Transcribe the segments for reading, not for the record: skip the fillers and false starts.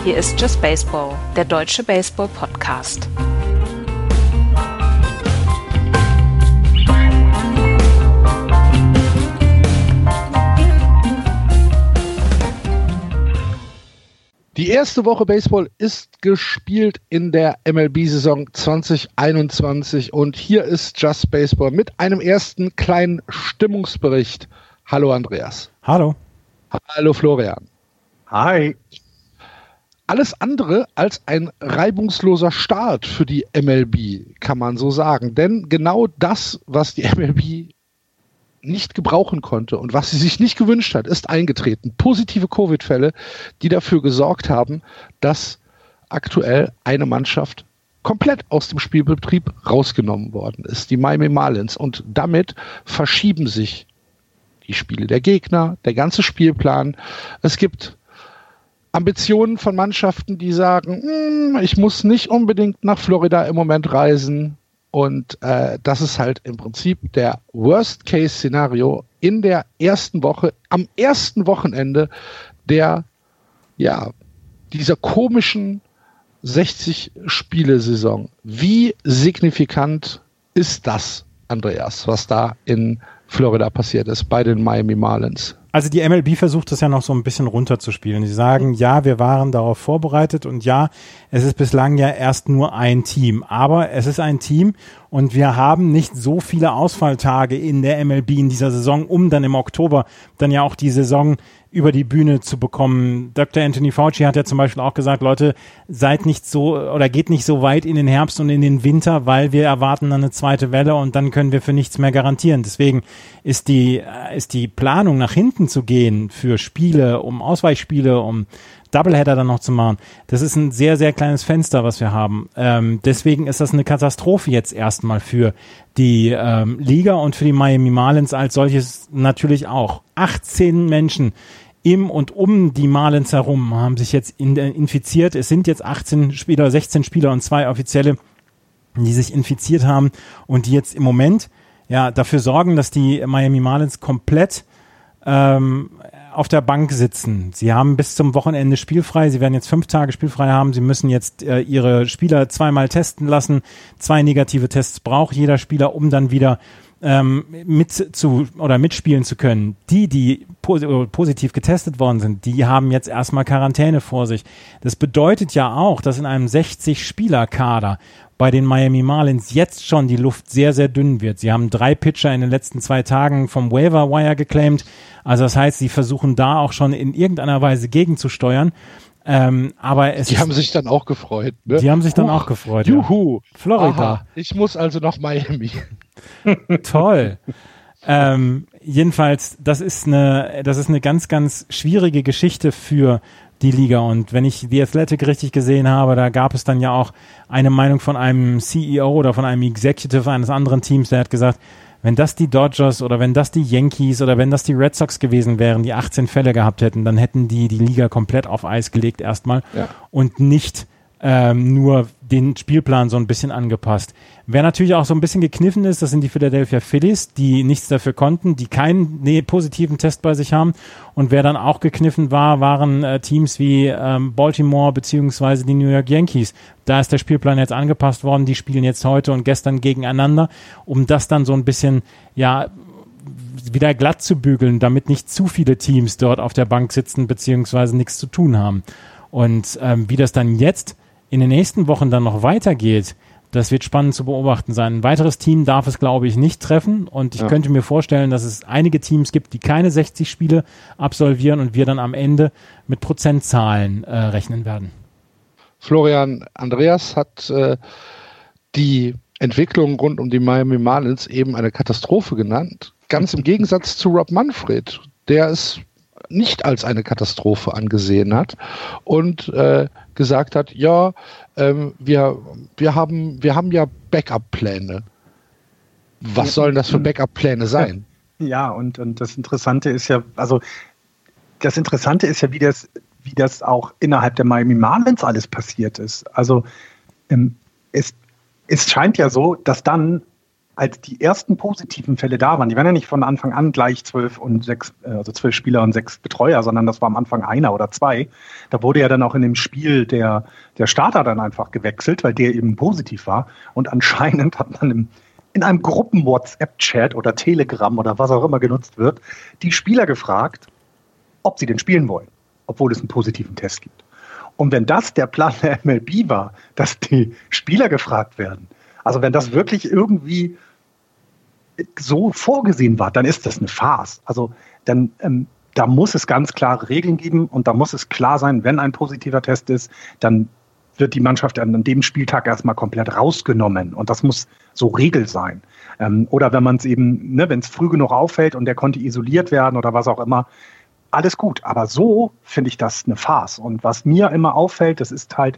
Hier ist Just Baseball, der deutsche Baseball-Podcast. Die erste Woche Baseball ist gespielt in der MLB-Saison 2021 und hier ist Just Baseball mit einem ersten kleinen Stimmungsbericht. Hallo Andreas. Hallo. Hallo Florian. Hi. Alles andere als ein reibungsloser Start für die MLB, kann man so sagen. Denn genau das, was die MLB nicht gebrauchen konnte und was sie sich nicht gewünscht hat, ist eingetreten. Positive Covid-Fälle, die dafür gesorgt haben, dass aktuell eine Mannschaft komplett aus dem Spielbetrieb rausgenommen worden ist, die Miami Marlins. Und damit verschieben sich die Spiele der Gegner, der ganze Spielplan. Es gibt Ambitionen von Mannschaften, die sagen, ich muss nicht unbedingt nach Florida im Moment reisen. Und das ist halt im Prinzip der Worst-Case-Szenario in der ersten Woche, am ersten Wochenende dieser komischen 60-Spiele-Saison. Wie signifikant ist das, Andreas, was da in Florida passiert ist bei den Miami Marlins? Also die MLB versucht das ja noch so ein bisschen runterzuspielen. Sie sagen, ja, wir waren darauf vorbereitet und ja, es ist bislang ja erst nur ein Team. Aber es ist ein Team und wir haben nicht so viele Ausfalltage in der MLB in dieser Saison, um dann im Oktober dann ja auch die Saison über die Bühne zu bekommen. Dr. Anthony Fauci hat ja zum Beispiel auch gesagt, Leute, seid nicht so oder geht nicht so weit in den Herbst und in den Winter, weil wir erwarten dann eine zweite Welle und dann können wir für nichts mehr garantieren. Deswegen ist die Planung nach hinten zu gehen für Spiele, um Ausweichspiele, um Doubleheader dann noch zu machen. Das ist ein sehr, sehr kleines Fenster, was wir haben. Deswegen ist das eine Katastrophe jetzt erstmal für die Liga und für die Miami Marlins als solches natürlich auch. 18 Menschen im und um die Marlins herum haben sich jetzt infiziert. Es sind jetzt 18 Spieler, 16 Spieler und 2 Offizielle, die sich infiziert haben und die jetzt im Moment ja dafür sorgen, dass die Miami Marlins komplett auf der Bank sitzen. Sie haben bis zum Wochenende spielfrei. Sie werden jetzt 5 Tage spielfrei haben. Sie müssen jetzt ihre Spieler 2-mal testen lassen. 2 negative Tests braucht jeder Spieler, um dann wieder mitspielen zu können. Die positiv getestet worden sind, die haben jetzt erstmal Quarantäne vor sich. Das bedeutet ja auch, dass in einem 60-Spieler-Kader bei den Miami Marlins jetzt schon die Luft sehr, sehr dünn wird. Sie haben 3 Pitcher in den letzten 2 Tagen vom Waiver Wire geclaimed. Also das heißt, sie versuchen da auch schon in irgendeiner Weise gegenzusteuern. Aber die haben sich dann auch gefreut. Ne? Die haben sich dann auch gefreut. Juhu, ja. Florida. Aha, ich muss also nach Miami. Toll. Jedenfalls, das ist eine ganz, ganz schwierige Geschichte für die Liga. Und wenn ich die Athletic richtig gesehen habe, da gab es dann ja auch eine Meinung von einem CEO oder von einem Executive eines anderen Teams, der hat gesagt, wenn das die Dodgers oder wenn das die Yankees oder wenn das die Red Sox gewesen wären, die 18 Fälle gehabt hätten, dann hätten die Liga komplett auf Eis gelegt erstmal und nicht nur den Spielplan so ein bisschen angepasst. Wer natürlich auch so ein bisschen gekniffen ist, das sind die Philadelphia Phillies, die nichts dafür konnten, die keinen positiven Test bei sich haben. Und wer dann auch gekniffen war, waren Teams wie Baltimore beziehungsweise die New York Yankees. Da ist der Spielplan jetzt angepasst worden, die spielen jetzt heute und gestern gegeneinander, um das dann so ein bisschen, wieder glatt zu bügeln, damit nicht zu viele Teams dort auf der Bank sitzen beziehungsweise nichts zu tun haben. Und wie das dann jetzt in den nächsten Wochen dann noch weitergeht, das wird spannend zu beobachten sein. Ein weiteres Team darf es, glaube ich, nicht treffen und ich könnte mir vorstellen, dass es einige Teams gibt, die keine 60 Spiele absolvieren und wir dann am Ende mit Prozentzahlen rechnen werden. Florian, Andreas hat die Entwicklung rund um die Miami Marlins eben eine Katastrophe genannt. Ganz im Gegensatz zu Rob Manfred, der es nicht als eine Katastrophe angesehen hat und gesagt hat, wir haben ja Backup-Pläne. Was sollen das für Backup-Pläne sein? Ja, und das Interessante ist ja, wie das auch innerhalb der Miami Marlins alles passiert ist. Also es scheint ja so, dass dann als die ersten positiven Fälle da waren, die waren ja nicht von Anfang an gleich 12 Spieler und 6 Betreuer, sondern das war am Anfang 1 oder 2. Da wurde ja dann auch in dem Spiel der Starter dann einfach gewechselt, weil der eben positiv war. Und anscheinend hat man in einem Gruppen-WhatsApp-Chat oder Telegram oder was auch immer genutzt wird, die Spieler gefragt, ob sie denn spielen wollen, obwohl es einen positiven Test gibt. Und wenn das der Plan der MLB war, dass die Spieler gefragt werden, also wenn das wirklich irgendwie so vorgesehen war, dann ist das eine Farce. Also dann da muss es ganz klare Regeln geben und da muss es klar sein, wenn ein positiver Test ist, dann wird die Mannschaft an dem Spieltag erstmal komplett rausgenommen und das muss so Regel sein. Oder wenn man es eben, wenn es früh genug auffällt und der konnte isoliert werden oder was auch immer, alles gut. Aber so finde ich das eine Farce. Und was mir immer auffällt, das ist halt,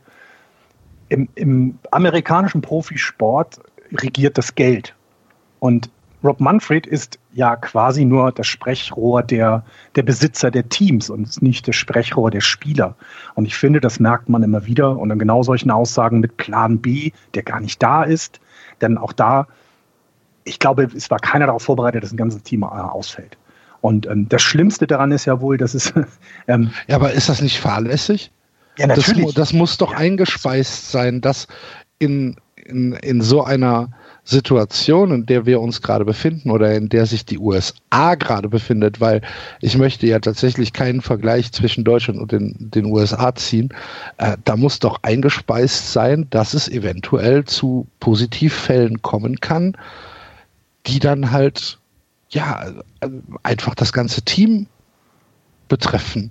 im amerikanischen Profisport regiert das Geld. Und Rob Manfred ist ja quasi nur das Sprechrohr der Besitzer der Teams und ist nicht das Sprechrohr der Spieler. Und ich finde, das merkt man immer wieder. Und an genau solchen Aussagen mit Plan B, der gar nicht da ist. Denn auch da, ich glaube, es war keiner darauf vorbereitet, dass ein ganzes Team ausfällt. Und das Schlimmste daran ist ja wohl, dass es... ja, aber ist das nicht fahrlässig? Ja, natürlich. Das muss doch eingespeist sein, dass in so einer Situation, in der wir uns gerade befinden oder in der sich die USA gerade befindet, weil ich möchte ja tatsächlich keinen Vergleich zwischen Deutschland und den USA ziehen, da muss doch eingespeist sein, dass es eventuell zu Positivfällen kommen kann, die dann halt einfach das ganze Team betreffen.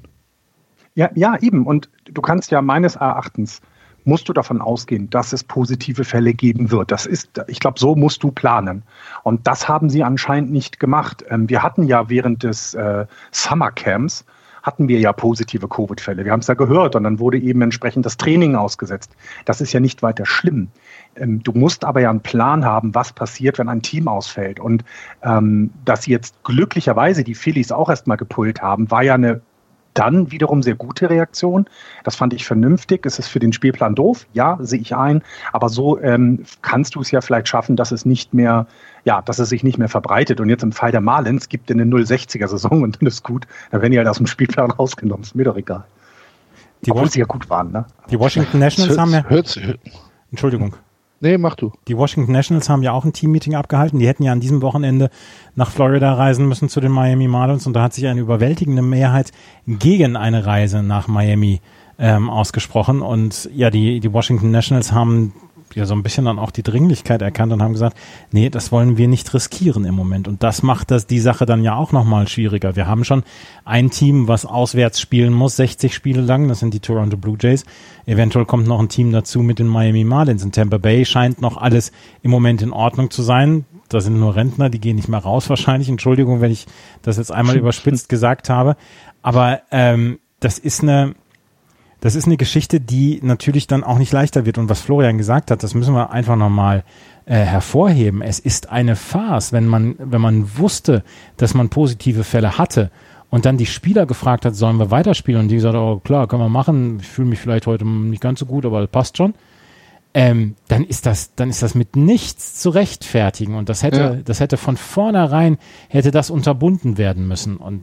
Ja, eben. Und du kannst ja meines Erachtens, musst du davon ausgehen, dass es positive Fälle geben wird. Ich glaube, so musst du planen. Und das haben sie anscheinend nicht gemacht. Wir hatten ja während des Summercamps, hatten wir ja positive Covid-Fälle. Wir haben es ja gehört und dann wurde eben entsprechend das Training ausgesetzt. Das ist ja nicht weiter schlimm. Du musst aber ja einen Plan haben, was passiert, wenn ein Team ausfällt. Und dass jetzt glücklicherweise die Phillies auch erstmal gepult haben, war ja eine dann wiederum sehr gute Reaktion. Das fand ich vernünftig. Es ist für den Spielplan doof. Ja, sehe ich ein. Aber so kannst du es ja vielleicht schaffen, dass es sich nicht mehr verbreitet. Und jetzt im Fall der Marlins gibt es eine 060er-Saison und dann ist gut. Dann werden die halt aus dem Spielplan rausgenommen. Ist mir doch egal. Obwohl sie ja gut waren, ne? Die Washington Nationals haben ja... Entschuldigung. Nee, mach du. Die Washington Nationals haben ja auch ein Teammeeting abgehalten. Die hätten ja an diesem Wochenende nach Florida reisen müssen zu den Miami Marlins und da hat sich eine überwältigende Mehrheit gegen eine Reise nach Miami ausgesprochen. Und ja, die Washington Nationals haben ja so ein bisschen dann auch die Dringlichkeit erkannt und haben gesagt, nee, das wollen wir nicht riskieren im Moment. Und das macht die Sache dann ja auch nochmal schwieriger. Wir haben schon ein Team, was auswärts spielen muss, 60 Spiele lang, das sind die Toronto Blue Jays. Eventuell kommt noch ein Team dazu mit den Miami Marlins. In Tampa Bay scheint noch alles im Moment in Ordnung zu sein. Da sind nur Rentner, die gehen nicht mehr raus wahrscheinlich. Entschuldigung, wenn ich das jetzt einmal überspitzt gesagt habe. Aber das ist eine Geschichte, die natürlich dann auch nicht leichter wird. Und was Florian gesagt hat, das müssen wir einfach nochmal hervorheben. Es ist eine Farce, wenn man wusste, dass man positive Fälle hatte und dann die Spieler gefragt hat, sollen wir weiterspielen? Und die gesagt, oh klar, können wir machen. Ich fühle mich vielleicht heute nicht ganz so gut, aber das passt schon. Dann ist das mit nichts zu rechtfertigen. Und das hätte von vornherein das unterbunden werden müssen. Und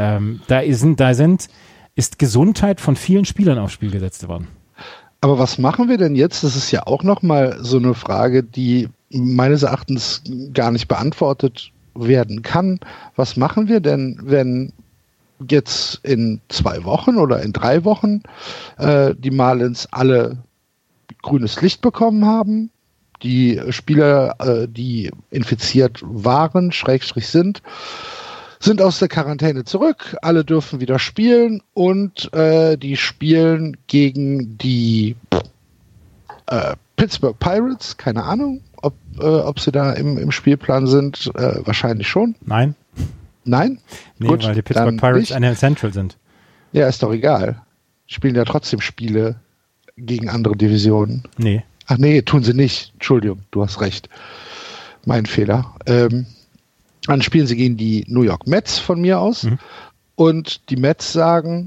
ist Gesundheit von vielen Spielern aufs Spiel gesetzt worden. Aber was machen wir denn jetzt? Das ist ja auch nochmal so eine Frage, die meines Erachtens gar nicht beantwortet werden kann. Was machen wir denn, wenn jetzt in 2 Wochen oder in 3 Wochen die Marlins alle grünes Licht bekommen haben? Die Spieler, die infiziert waren, sind aus der Quarantäne zurück, alle dürfen wieder spielen und die spielen gegen die Pittsburgh Pirates, keine Ahnung, ob sie da im Spielplan sind, wahrscheinlich schon. Nein? Nee, gut, weil die Pittsburgh Pirates NL Central sind. Ja, ist doch egal. Spielen ja trotzdem Spiele gegen andere Divisionen. Nee. Ach nee, tun sie nicht. Entschuldigung, du hast recht. Mein Fehler. Dann spielen sie gegen die New York Mets von mir aus. Und die Mets sagen,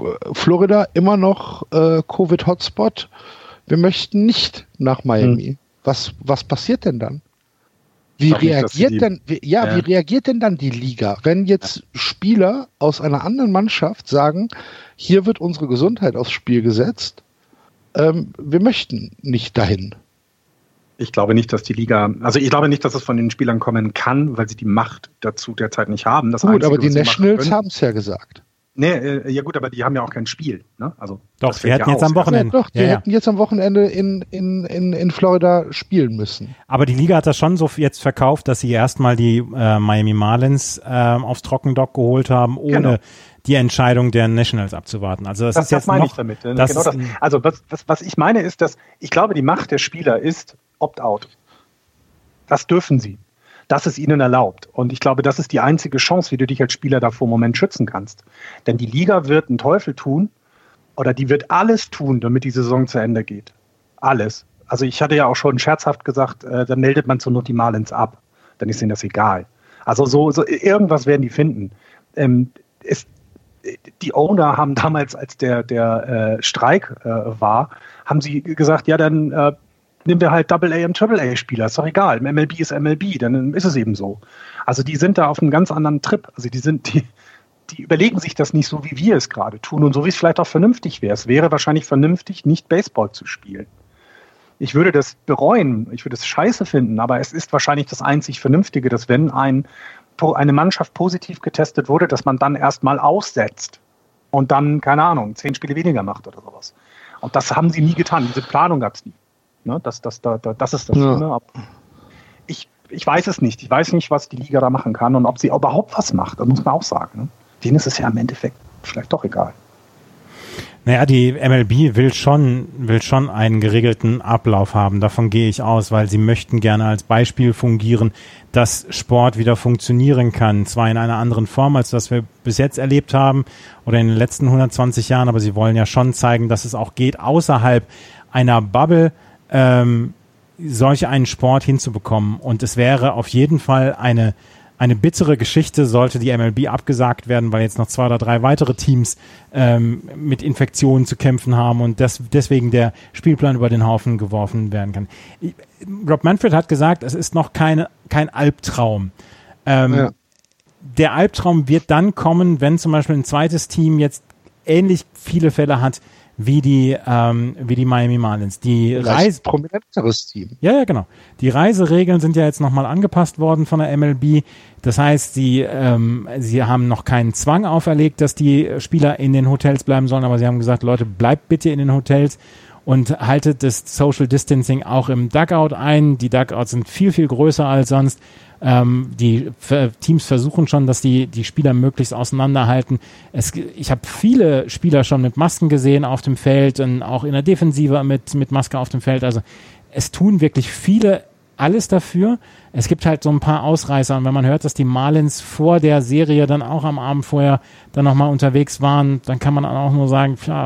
Florida immer noch Covid-Hotspot. Wir möchten nicht nach Miami. Was passiert denn dann? Wie reagiert denn dann die Liga, wenn jetzt Spieler aus einer anderen Mannschaft sagen, hier wird unsere Gesundheit aufs Spiel gesetzt, wir möchten nicht dahin? Ich glaube nicht, dass die Liga, ich glaube nicht, dass es von den Spielern kommen kann, weil sie die Macht dazu derzeit nicht haben. Das gut, Einzige, aber die was sie Nationals haben es ja gesagt. Nee, ja gut, aber die haben ja auch kein Spiel. Ne? Also, doch, die hätten jetzt am Wochenende. Ja, doch, die hätten jetzt am Wochenende in Florida spielen müssen. Aber die Liga hat das schon so jetzt verkauft, dass sie erstmal die Miami Marlins aufs Trockendock geholt haben, ohne die Entscheidung der Nationals abzuwarten. Also das ist jetzt meine noch, ich damit. Also was ich meine ist, dass ich glaube, die Macht der Spieler ist Opt-out. Das dürfen sie. Das ist ihnen erlaubt. Und ich glaube, das ist die einzige Chance, wie du dich als Spieler davor im Moment schützen kannst. Denn die Liga wird einen Teufel tun oder die wird alles tun, damit die Saison zu Ende geht. Alles. Also ich hatte ja auch schon scherzhaft gesagt, dann meldet man zur Not die Marlins ab. Dann ist ihnen das egal. Also so irgendwas werden die finden. Die Owner haben damals, als der Streik war, haben sie gesagt, ja dann nehmen wir halt AA- und AAA-Spieler, ist doch egal. MLB ist MLB, dann ist es eben so. Also die sind da auf einem ganz anderen Trip. Also die überlegen sich das nicht so, wie wir es gerade tun und so, wie es vielleicht auch vernünftig wäre. Es wäre wahrscheinlich vernünftig, nicht Baseball zu spielen. Ich würde das bereuen, ich würde es scheiße finden, aber es ist wahrscheinlich das einzig Vernünftige, dass wenn eine Mannschaft positiv getestet wurde, dass man dann erstmal aussetzt und dann, keine Ahnung, 10 Spiele weniger macht oder sowas. Und das haben sie nie getan. Diese Planung gab es nie. Ne, das ist das Schlimme. Ich weiß es nicht. Ich weiß nicht, was die Liga da machen kann und ob sie überhaupt was macht. Das muss man auch sagen. Ne? Denen ist es ja im Endeffekt vielleicht doch egal. Naja, die MLB will schon einen geregelten Ablauf haben. Davon gehe ich aus, weil sie möchten gerne als Beispiel fungieren, dass Sport wieder funktionieren kann. Zwar in einer anderen Form, als das wir bis jetzt erlebt haben oder in den letzten 120 Jahren, aber sie wollen ja schon zeigen, dass es auch geht, außerhalb einer Bubble solch einen Sport hinzubekommen. Und es wäre auf jeden Fall eine bittere Geschichte, sollte die MLB abgesagt werden, weil jetzt noch 2 oder 3 weitere Teams mit Infektionen zu kämpfen haben und deswegen der Spielplan über den Haufen geworfen werden kann. Rob Manfred hat gesagt, es ist noch kein Albtraum. Der Albtraum wird dann kommen, wenn zum Beispiel ein zweites Team jetzt ähnlich viele Fälle hat wie die Miami Marlins. Prominenteres Team. Ja, genau. Die Reiseregeln sind ja jetzt nochmal angepasst worden von der MLB. Das heißt, sie haben noch keinen Zwang auferlegt, dass die Spieler in den Hotels bleiben sollen, aber sie haben gesagt, Leute, bleibt bitte in den Hotels und haltet das Social Distancing auch im Dugout ein. Die Dugouts sind viel, viel größer als sonst. Die Teams versuchen schon, dass die Spieler möglichst auseinanderhalten. Ich habe viele Spieler schon mit Masken gesehen auf dem Feld und auch in der Defensive mit Maske auf dem Feld. Also es tun wirklich viele alles dafür. Es gibt halt so ein paar Ausreißer und wenn man hört, dass die Marlins vor der Serie dann auch am Abend vorher dann nochmal unterwegs waren, dann kann man auch nur sagen, ja,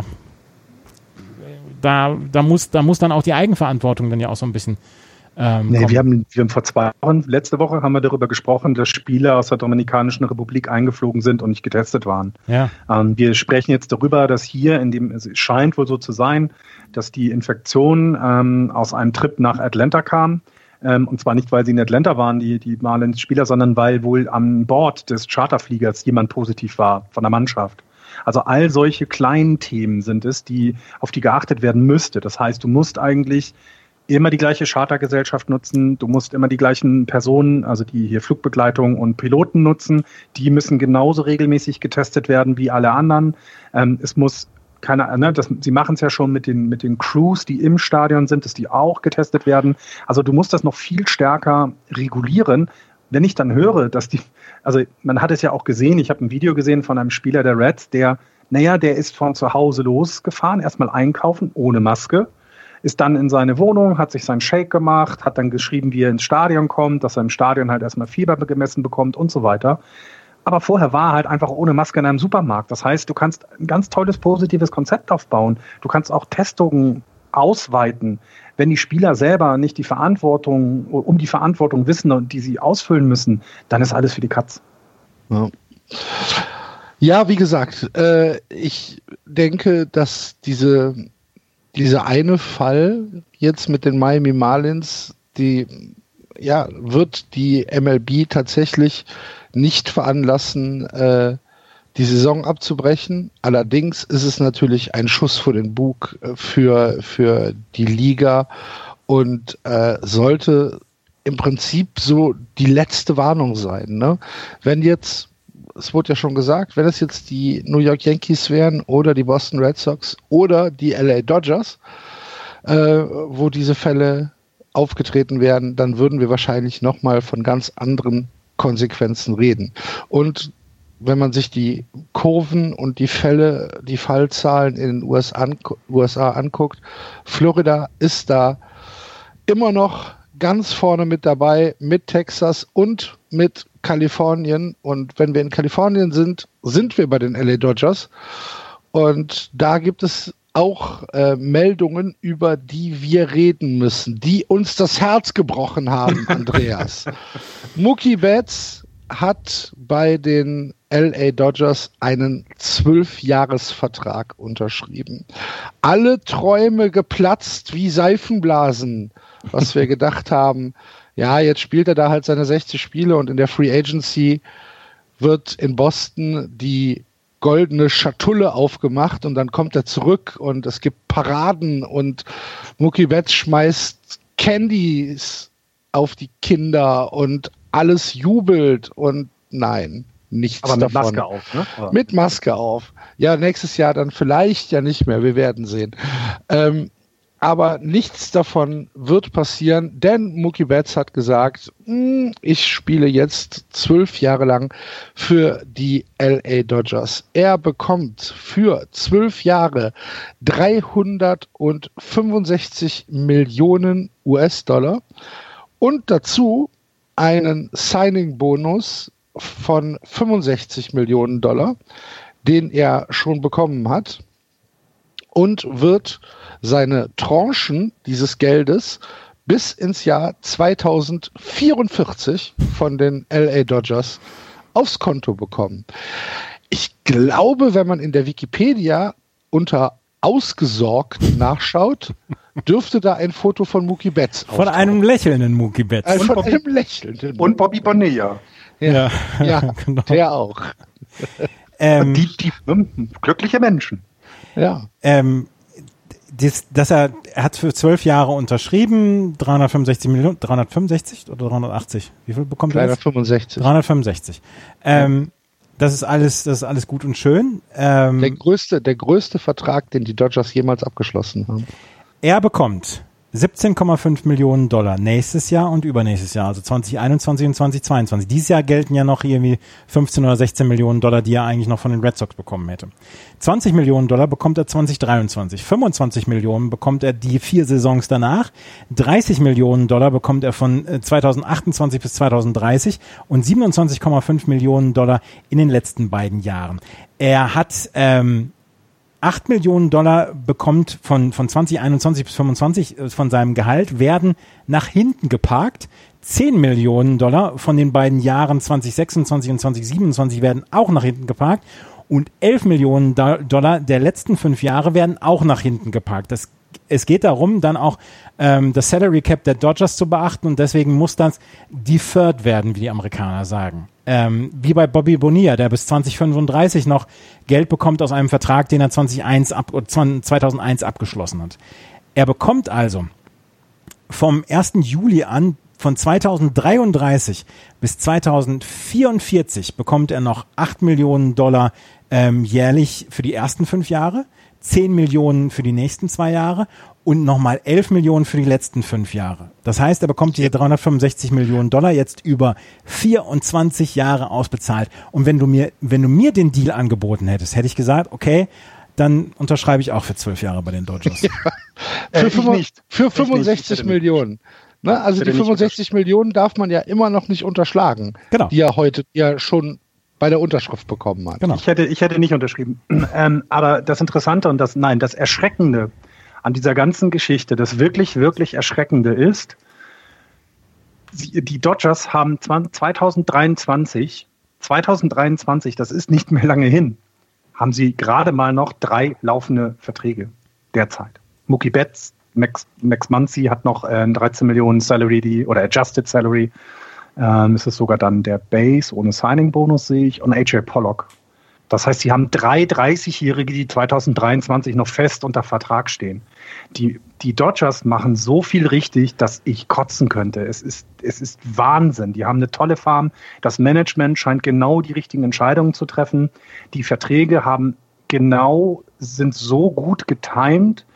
da muss dann auch die Eigenverantwortung dann ja auch so ein bisschen wir haben vor 2 Wochen, letzte Woche haben wir darüber gesprochen, dass Spieler aus der Dominikanischen Republik eingeflogen sind und nicht getestet waren. Ja. Wir sprechen jetzt darüber, dass hier es scheint wohl so zu sein, dass die Infektion aus einem Trip nach Atlanta kam. Und zwar nicht, weil sie in Atlanta waren, die Marlins-Spieler, sondern weil wohl an Bord des Charterfliegers jemand positiv war von der Mannschaft. Also all solche kleinen Themen sind es, auf die geachtet werden müsste. Das heißt, du musst eigentlich immer die gleiche Chartergesellschaft nutzen, du musst immer die gleichen Personen, also die hier Flugbegleitung und Piloten nutzen, die müssen genauso regelmäßig getestet werden wie alle anderen. Es muss sie machen es ja schon mit den Crews, die im Stadion sind, dass die auch getestet werden. Also du musst das noch viel stärker regulieren. Wenn ich dann höre, man hat es ja auch gesehen, ich habe ein Video gesehen von einem Spieler der Reds, der ist von zu Hause losgefahren, erstmal einkaufen, ohne Maske, ist dann in seine Wohnung, hat sich seinen Shake gemacht, hat dann geschrieben, wie er ins Stadion kommt, dass er im Stadion halt erstmal Fieber gemessen bekommt und so weiter. Aber vorher war er halt einfach ohne Maske in einem Supermarkt. Das heißt, du kannst ein ganz tolles, positives Konzept aufbauen. Du kannst auch Testungen ausweiten. Wenn die Spieler selber nicht die Verantwortung wissen und die sie ausfüllen müssen, dann ist alles für die Katz. Ja, wie gesagt, ich denke, dass diese dieser eine Fall jetzt mit den Miami Marlins, wird die MLB tatsächlich nicht veranlassen, die Saison abzubrechen. Allerdings ist es natürlich ein Schuss vor den Bug für die Liga und sollte im Prinzip so die letzte Warnung sein. Ne? Wenn jetzt, es wurde ja schon gesagt, wenn es jetzt die New York Yankees wären oder die Boston Red Sox oder die LA Dodgers, wo diese Fälle aufgetreten wären, dann würden wir wahrscheinlich nochmal von ganz anderen Konsequenzen reden. Und wenn man sich die Kurven und die Fallzahlen in den USA anguckt, Florida ist da immer noch ganz vorne mit dabei, mit Texas und mit Kalifornien. Und wenn wir in Kalifornien sind, sind wir bei den LA Dodgers. Und da gibt es auch Meldungen, über die wir reden müssen, die uns das Herz gebrochen haben, Andreas. Mookie Betts hat bei den LA Dodgers einen 12-Jahres-Vertrag unterschrieben. Alle Träume geplatzt wie Seifenblasen, was wir gedacht haben. Ja, jetzt spielt er da halt seine 60 Spiele und in der Free Agency wird in Boston die goldene Schatulle aufgemacht und dann kommt er zurück und es gibt Paraden und Mookie Betts schmeißt Candies auf die Kinder und alles jubelt und nein, nichts davon. Aber mit Maske auf, ne? Mit Maske auf. Ja, nächstes Jahr dann vielleicht ja nicht mehr, wir werden sehen. Aber nichts davon wird passieren, denn Mookie Betts hat gesagt, ich spiele jetzt 12 Jahre lang für die LA Dodgers. Er bekommt für 12 Jahre 365 Millionen US-Dollar und dazu einen Signing-Bonus von 65 Millionen Dollar, den er schon bekommen hat, und wird seine Tranchen dieses Geldes bis ins Jahr 2044 von den LA Dodgers aufs Konto bekommen. Ich glaube, wenn man in der Wikipedia unter ausgesorgt nachschaut, dürfte da ein Foto von Mookie Betts auftauchen. Von einem lächelnden Mookie Betts. Von einem lächelnden. Und Bobby Bonilla. Ja, genau. Der auch. Die glückliche Menschen. Ja. Er hat für 12 Jahre unterschrieben, 365 Millionen, 365 oder 380? Wie viel bekommt er? 365. 365. Das ist alles gut und schön. Der größte Vertrag, den die Dodgers jemals abgeschlossen haben. Er bekommt 17,5 Millionen Dollar nächstes Jahr und übernächstes Jahr, also 2021 und 2022. Dieses Jahr gelten ja noch irgendwie 15 oder 16 Millionen Dollar, die er eigentlich noch von den Red Sox bekommen hätte. 20 Millionen Dollar bekommt er 2023. 25 Millionen bekommt er die 4 Saisons danach. 30 Millionen Dollar bekommt er von 2028 bis 2030 und 27,5 Millionen Dollar in den letzten beiden Jahren. Er hat 8 Millionen Dollar bekommt von 2021 bis 2025 von seinem Gehalt, werden nach hinten geparkt. 10 Millionen Dollar von den beiden Jahren 2026 und 2027 werden auch nach hinten geparkt. Und 11 Millionen Dollar der letzten 5 Jahre werden auch nach hinten geparkt. Es geht darum, dann auch das Salary Cap der Dodgers zu beachten und deswegen muss das deferred werden, wie die Amerikaner sagen. Wie bei Bobby Bonilla, der bis 2035 noch Geld bekommt aus einem Vertrag, den er 2001 abgeschlossen hat. Er bekommt also vom 1. Juli an, von 2033 bis 2044 bekommt er noch 8 Millionen Dollar jährlich für die ersten 5 Jahre, 10 Millionen für die nächsten 2 Jahre und nochmal 11 Millionen für die letzten 5 Jahre. Das heißt, er bekommt diese 365 Millionen Dollar jetzt über 24 Jahre ausbezahlt. Und wenn du mir den Deal angeboten hättest, hätte ich gesagt, okay, dann unterschreibe ich auch für 12 Jahre bei den Dodgers. Ja. Für 65 Millionen. Ne? Also die 65 Millionen darf man ja immer noch nicht unterschlagen, genau, die er heute ja schon bei der Unterschrift bekommen hat. Genau. Ich hätte nicht unterschrieben. Aber das Interessante und das Erschreckende an dieser ganzen Geschichte, das wirklich, wirklich Erschreckende ist, die Dodgers haben 2023, das ist nicht mehr lange hin, haben sie gerade mal noch 3 laufende Verträge derzeit. Mookie Betts, Max Muncy hat noch 13 Millionen Salary, oder Adjusted Salary. Es ist sogar dann der Base ohne Signing-Bonus, sehe ich, und AJ Pollock. Das heißt, sie haben 3 30-Jährige, die 2023 noch fest unter Vertrag stehen. Die Dodgers machen so viel richtig, dass ich kotzen könnte. Es ist Wahnsinn. Die haben eine tolle Farm. Das Management scheint genau die richtigen Entscheidungen zu treffen. Die Verträge sind so gut getimed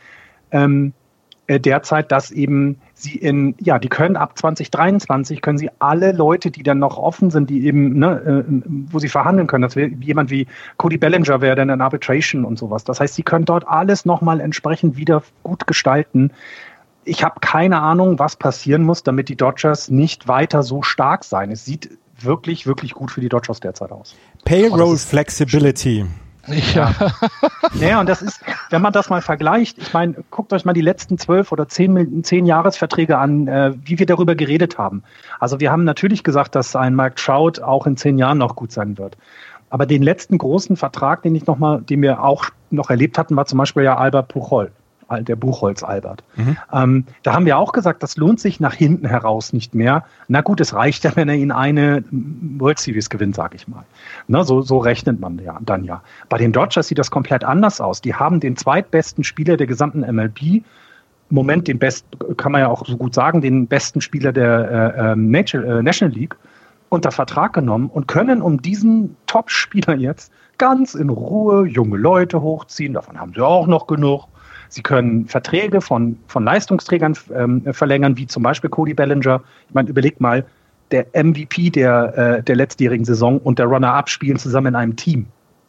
derzeit, dass eben sie die können ab 2023 können sie alle Leute, die dann noch offen sind, die eben, wo sie verhandeln können, das wäre jemand wie Cody Bellinger wäre dann in Arbitration und sowas. Das heißt, sie können dort alles nochmal entsprechend wieder gut gestalten. Ich habe keine Ahnung, was passieren muss, damit die Dodgers nicht weiter so stark sein. Es sieht wirklich, wirklich gut für die Dodgers derzeit aus. Payroll Flexibility. Ja. Naja, und das ist, wenn man das mal vergleicht, ich meine, guckt euch mal die letzten 12 oder 10 Jahresverträge an, wie wir darüber geredet haben. Also wir haben natürlich gesagt, dass ein Mike Trout auch in 10 Jahren noch gut sein wird. Aber den letzten großen Vertrag, den wir auch noch erlebt hatten, war zum Beispiel ja Albert Pujols. Der Buchholz Albert. Da haben wir auch gesagt, das lohnt sich nach hinten heraus nicht mehr. Na gut, es reicht ja, wenn er ihn eine World Series gewinnt, sage ich mal. Na, so rechnet man dann ja. Bei den Dodgers sieht das komplett anders aus. Die haben den zweitbesten Spieler der gesamten MLB, im Moment kann man ja auch so gut sagen, den besten Spieler der National League unter Vertrag genommen und können um diesen Top-Spieler jetzt ganz in Ruhe junge Leute hochziehen. Davon haben sie auch noch genug. Sie können Verträge von Leistungsträgern verlängern, wie zum Beispiel Cody Bellinger. Ich meine, überleg mal, der MVP der letztjährigen Saison und der Runner-Up spielen zusammen in einem Team.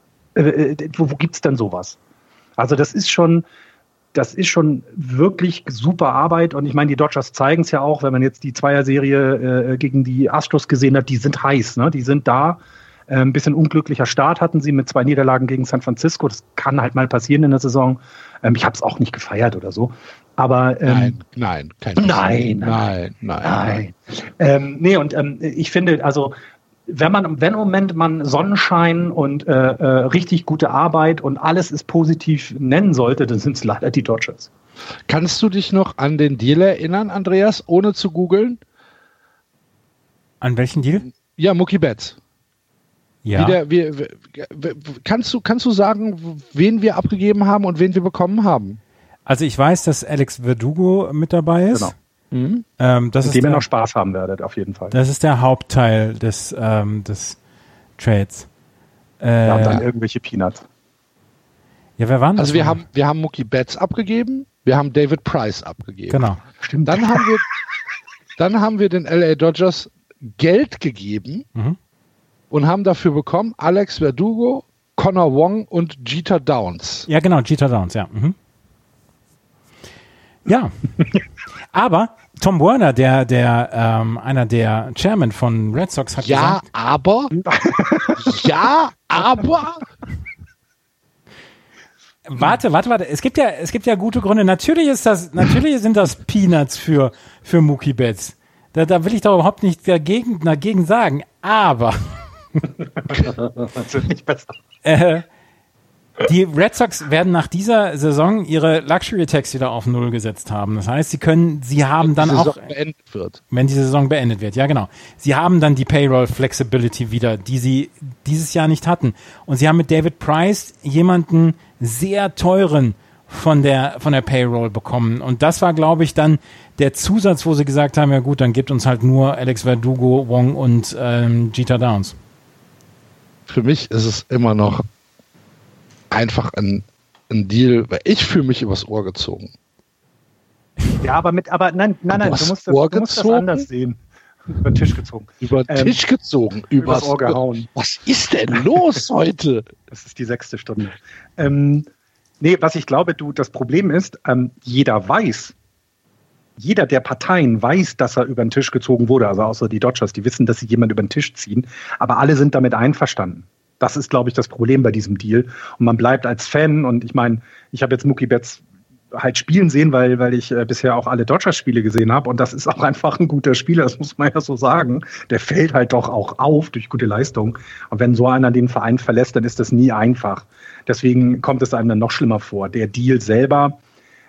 Wo gibt's denn sowas? Also das ist schon wirklich super Arbeit. Und ich meine, die Dodgers zeigen es ja auch, wenn man jetzt die Zweierserie gegen die Astros gesehen hat, die sind heiß, ne? Die sind da. Ein bisschen unglücklicher Start hatten sie mit 2 Niederlagen gegen San Francisco. Das kann halt mal passieren in der Saison. Ich habe es auch nicht gefeiert oder so. Aber Nein. Ich finde, also wenn im Moment man Sonnenschein und richtig gute Arbeit und alles ist positiv nennen sollte, dann sind es leider die Dodgers. Kannst du dich noch an den Deal erinnern, Andreas, ohne zu googeln? An welchen Deal? Ja, Mookie Betts. Ja. Kannst du sagen, wen wir abgegeben haben und wen wir bekommen haben? Also ich weiß, dass Alex Verdugo mit dabei ist. Genau. Mit dem ihr noch Spaß haben werdet, auf jeden Fall. Das ist der Hauptteil des Trades. Wir haben dann irgendwelche Peanuts. Ja, wer waren das? Also wir haben Mookie Betts abgegeben, wir haben David Price abgegeben. Genau. Stimmt. Dann haben wir den LA Dodgers Geld gegeben. Und haben dafür bekommen Alex Verdugo, Connor Wong und Jeter Downs. Ja, genau, Jeter Downs, ja. Ja, aber Tom Werner, der einer der Chairman von Red Sox, hat gesagt... Ja, aber... Warte. Es gibt ja gute Gründe. Natürlich sind das Peanuts für Mookie Betts. Da will ich doch überhaupt nichts dagegen sagen. Aber... Das wird nicht besser. Die Red Sox werden nach dieser Saison ihre Luxury Tax wieder auf 0 gesetzt haben. Das heißt, wenn die Saison beendet wird, ja genau. Sie haben dann die Payroll Flexibility wieder, die sie dieses Jahr nicht hatten. Und sie haben mit David Price jemanden sehr teuren von der Payroll bekommen. Und das war, glaube ich, dann der Zusatz, wo sie gesagt haben, ja gut, dann gibt uns halt nur Alex Verdugo, Wong und Jeter Downs. Für mich ist es immer noch einfach ein Deal, weil ich fühle mich übers Ohr gezogen. Ja, aber nein, du musst das anders sehen. Über den Tisch gezogen. Über den Tisch gezogen. Übers Ohr gehauen. Was ist denn los heute? Das ist die 6. Stunde. Was ich glaube, das Problem ist, jeder der Parteien weiß, dass er über den Tisch gezogen wurde, also außer die Dodgers, die wissen, dass sie jemand über den Tisch ziehen, aber alle sind damit einverstanden. Das ist, glaube ich, das Problem bei diesem Deal. Und man bleibt als Fan, und ich meine, ich habe jetzt Mookie Betts halt spielen sehen, weil ich bisher auch alle Dodgers-Spiele gesehen habe, und das ist auch einfach ein guter Spieler, das muss man ja so sagen. Der fällt halt doch auch auf durch gute Leistung. Und wenn so einer den Verein verlässt, dann ist das nie einfach. Deswegen kommt es einem dann noch schlimmer vor. Der Deal selber,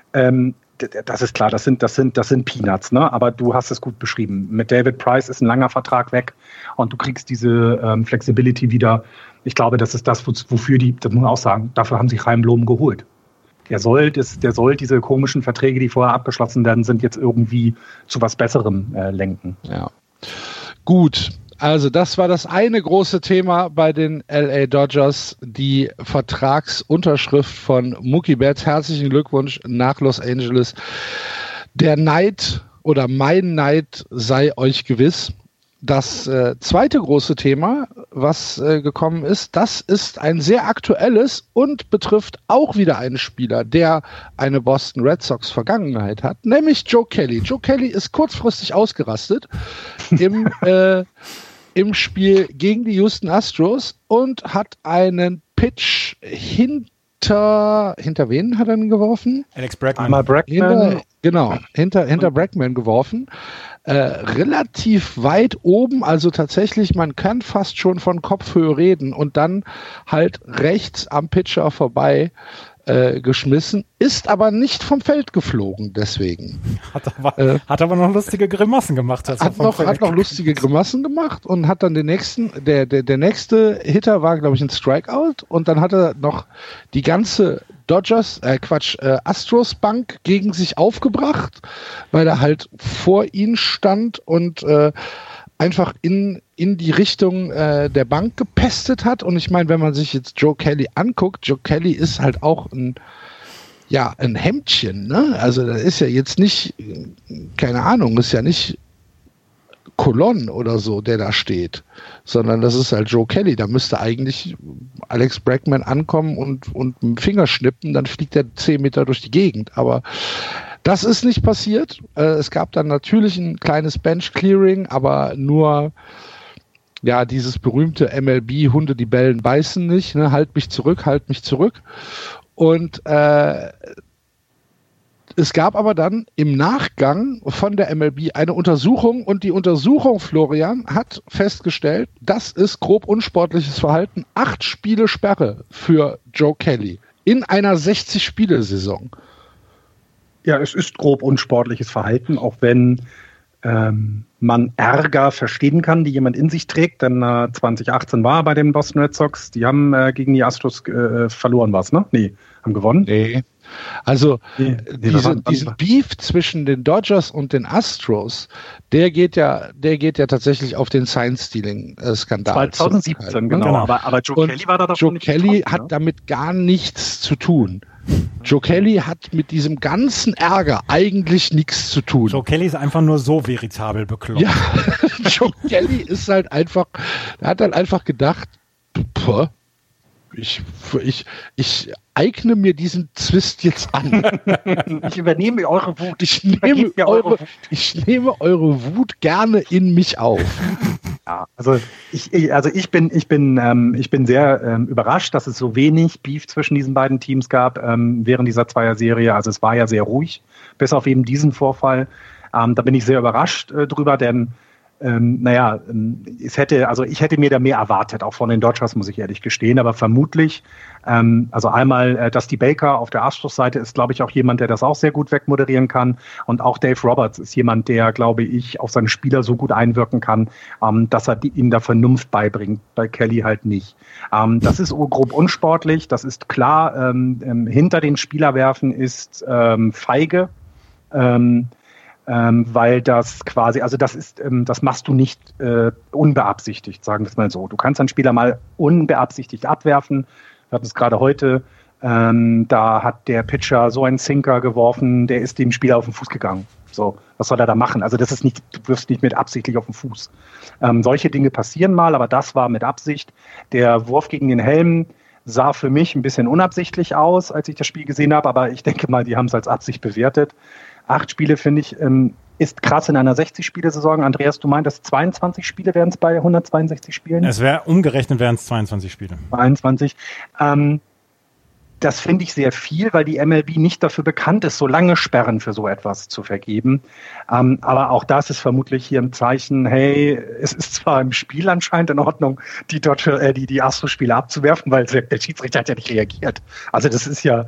Das ist klar, das sind Peanuts, ne? Aber du hast es gut beschrieben. Mit David Price ist ein langer Vertrag weg und du kriegst diese Flexibility wieder. Ich glaube, das ist das, wofür das muss man auch sagen, dafür haben sich Chaim Lohm geholt. Der soll diese komischen Verträge, die vorher abgeschlossen werden, sind jetzt irgendwie zu was Besserem lenken. Ja. Gut. Also das war das eine große Thema bei den LA Dodgers, die Vertragsunterschrift von Mookie Betts. Herzlichen Glückwunsch nach Los Angeles. Der Neid oder mein Neid sei euch gewiss. Das zweite große Thema, was gekommen ist, das ist ein sehr aktuelles und betrifft auch wieder einen Spieler, der eine Boston Red Sox Vergangenheit hat, nämlich Joe Kelly. Joe Kelly ist kurzfristig ausgerastet im Spiel gegen die Houston Astros und hat einen Pitch hinter wen hat er ihn geworfen? Alex Bregman. Einmal Bregman. Hinter Bregman geworfen. Relativ weit oben, also tatsächlich, man kann fast schon von Kopfhöhe reden und dann halt rechts am Pitcher vorbei geschmissen, ist aber nicht vom Feld geflogen, deswegen. Hat aber noch lustige Grimassen gemacht. Hat noch lustige Grimassen gemacht und hat dann den nächsten, der nächste Hitter war, glaube ich, ein Strikeout und dann hat er noch die ganze Astros Bank gegen sich aufgebracht, weil er halt vor ihnen stand und einfach in die Richtung der Bank gepestet hat. Und ich meine, wenn man sich jetzt Joe Kelly anguckt, Joe Kelly ist halt auch ein Hemdchen, ne? Also das ist ja jetzt nicht, keine Ahnung, ist ja nicht Colon oder so, der da steht, sondern das ist halt Joe Kelly. Da müsste eigentlich Alex Bregman ankommen und mit dem Finger schnippen, dann fliegt er 10 Meter durch die Gegend. Aber das ist nicht passiert. Es gab dann natürlich ein kleines Bench-Clearing, aber nur dieses berühmte MLB-Hunde, die bellen, beißen nicht. Ne? Halt mich zurück. Und es gab aber dann im Nachgang von der MLB eine Untersuchung und die Untersuchung, Florian, hat festgestellt, das ist grob unsportliches Verhalten. 8 Spiele Sperre für Joe Kelly in einer 60-Spiele-Saison. Ja, es ist grob unsportliches Verhalten, auch wenn man Ärger verstehen kann, die jemand in sich trägt. Denn 2018 war er bei den Boston Red Sox. Die haben gegen die Astros verloren, was, ne? Nee, haben gewonnen. Nee. Also diesen Beef zwischen den Dodgers und den Astros, der geht ja tatsächlich auf den Sign-Stealing-Skandal. 2017, genau. Aber Joe Kelly war da doch Joe Kelly hat damit gar nichts zu tun. Joe Kelly hat mit diesem ganzen Ärger eigentlich nichts zu tun. Joe Kelly ist einfach nur so veritabel bekloppt. Ja, Joe Kelly ist halt einfach, er hat halt einfach gedacht, ich eigne mir diesen Zwist jetzt an. Ich übernehme eure Wut. Ich nehme eure Wut gerne in mich auf. Ja, ich bin sehr überrascht, dass es so wenig Beef zwischen diesen beiden Teams gab während dieser Zweierserie. Also es war ja sehr ruhig, bis auf eben diesen Vorfall. Da bin ich sehr überrascht drüber, denn ich hätte mir da mehr erwartet, auch von den Dodgers, muss ich ehrlich gestehen, aber vermutlich, einmal Dusty Baker auf der Astros-Seite ist, glaube ich, auch jemand, der das auch sehr gut wegmoderieren kann, und auch Dave Roberts ist jemand, der, glaube ich, auf seine Spieler so gut einwirken kann, dass er ihnen da Vernunft beibringt, bei Kelly halt nicht. Das ist grob unsportlich, das ist klar, hinter den Spieler werfen ist feige, weil das quasi, das machst du nicht unbeabsichtigt, sagen wir es mal so. Du kannst einen Spieler mal unbeabsichtigt abwerfen. Wir hatten es gerade heute, da hat der Pitcher so einen Sinker geworfen, der ist dem Spieler auf den Fuß gegangen. So, was soll er da machen? Also das ist nicht, du wirfst nicht mit absichtlich auf den Fuß. Solche Dinge passieren mal, aber das war mit Absicht. Der Wurf gegen den Helm sah für mich ein bisschen unabsichtlich aus, als ich das Spiel gesehen habe, aber ich denke mal, die haben es als Absicht bewertet. 8 Spiele, finde ich, ist krass in einer 60-Spiele-Saison. Andreas, du meintest 22 Spiele wären es bei 162 Spielen? Es wäre umgerechnet, wären es 22 Spiele. 22. Das finde ich sehr viel, weil die MLB nicht dafür bekannt ist, so lange Sperren für so etwas zu vergeben. Aber auch das ist vermutlich hier ein Zeichen, hey, es ist zwar im Spiel anscheinend in Ordnung, die Astros-Spiele abzuwerfen, weil der Schiedsrichter hat ja nicht reagiert. Also das ist ja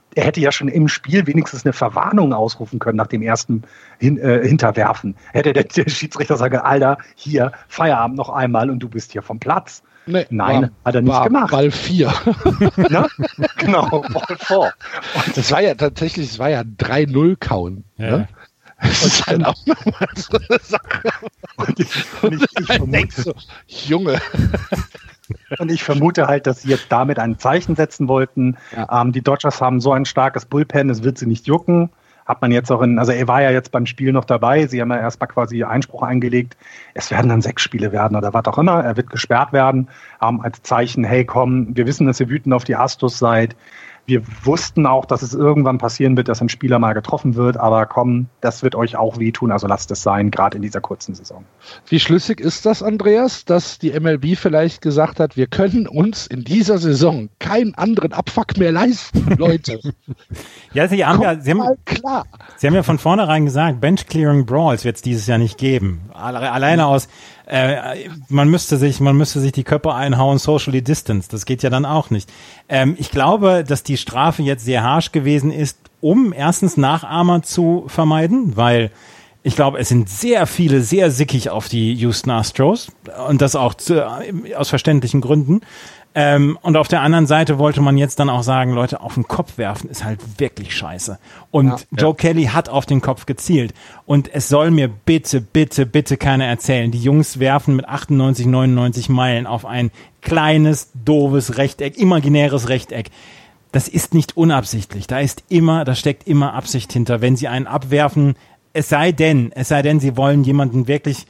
er hätte ja schon im Spiel wenigstens eine Verwarnung ausrufen können nach dem ersten Hinterwerfen. Hätte der Schiedsrichter sagen, Alter, hier, Feierabend noch einmal und du bist hier vom Platz. Nee, Nein, hat er nicht gemacht. Ball 4. Na? Genau, Ball 4. Das war ja tatsächlich, 3-0-Count. Ja. Ne? Das ist halt auch nochmal so eine Sache. Und ich denke so, Junge. Und ich vermute halt, dass sie jetzt damit ein Zeichen setzen wollten. Ja. Die Dodgers haben so ein starkes Bullpen, es wird sie nicht jucken. Hat man jetzt auch also er war ja jetzt beim Spiel noch dabei. Sie haben ja erstmal quasi Einspruch eingelegt. Es werden dann 6 Spiele werden oder was auch immer. Er wird gesperrt werden. Als Zeichen, hey komm, wir wissen, dass ihr wütend auf die Astros seid. Wir wussten auch, dass es irgendwann passieren wird, dass ein Spieler mal getroffen wird, aber komm, das wird euch auch wehtun, also lasst es sein, gerade in dieser kurzen Saison. Wie schlüssig ist das, Andreas, dass die MLB vielleicht gesagt hat, wir können uns in dieser Saison keinen anderen Abfuck mehr leisten, Leute? Ja, sie haben ja von vornherein gesagt, Bench-Clearing Brawls wird es dieses Jahr nicht geben. Alleine aus man müsste sich die Köpfe einhauen, socially distanced. Das geht ja dann auch nicht. Ich glaube, dass die Strafe jetzt sehr harsch gewesen ist, um erstens Nachahmer zu vermeiden, weil ich glaube, es sind sehr viele sehr sickig auf die Houston Astros und das auch aus verständlichen Gründen. Und auf der anderen Seite wollte man jetzt dann auch sagen, Leute, auf den Kopf werfen ist halt wirklich scheiße. Und Joe Kelly hat auf den Kopf gezielt. Und es soll mir bitte, bitte, bitte keiner erzählen. Die Jungs werfen mit 98, 99 Meilen auf ein kleines, doofes Rechteck, imaginäres Rechteck. Das ist nicht unabsichtlich. Da steckt immer Absicht hinter. Wenn sie einen abwerfen, es sei denn, sie wollen jemanden wirklich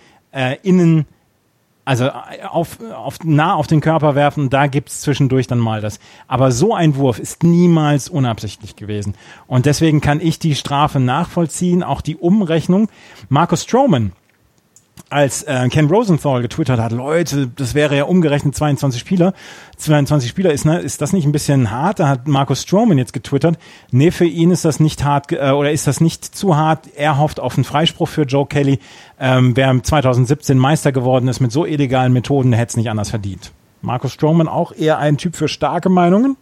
nah auf den Körper werfen, da gibt's zwischendurch dann mal das. Aber so ein Wurf ist niemals unabsichtlich gewesen. Und deswegen kann ich die Strafe nachvollziehen, auch die Umrechnung. Marcus Stroman, als Ken Rosenthal getwittert hat, Leute, das wäre ja umgerechnet 22 Spieler, ist das nicht ein bisschen hart? Da hat Marcus Stroman jetzt getwittert, nee, für ihn ist das nicht hart, oder ist das nicht zu hart. Er hofft auf einen Freispruch für Joe Kelly. Wer 2017 Meister geworden ist mit so illegalen Methoden, der hätte es nicht anders verdient. Marcus Stroman auch eher ein Typ für starke Meinungen.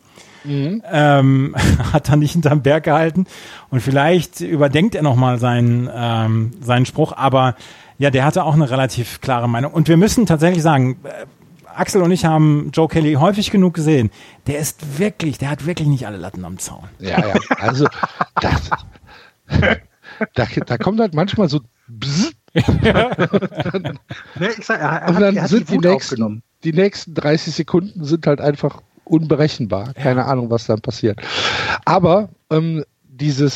Hat dann nicht hinterm Berg gehalten und vielleicht überdenkt er nochmal seinen Spruch, aber ja, der hatte auch eine relativ klare Meinung. Und wir müssen tatsächlich sagen, Axel und ich haben Joe Kelly häufig genug gesehen. Der hat wirklich nicht alle Latten am Zaun. Ja, also da kommt halt manchmal so Bzzz. Und dann sind die nächsten 30 Sekunden sind halt einfach unberechenbar. Keine Ahnung, was dann passiert. Aber diese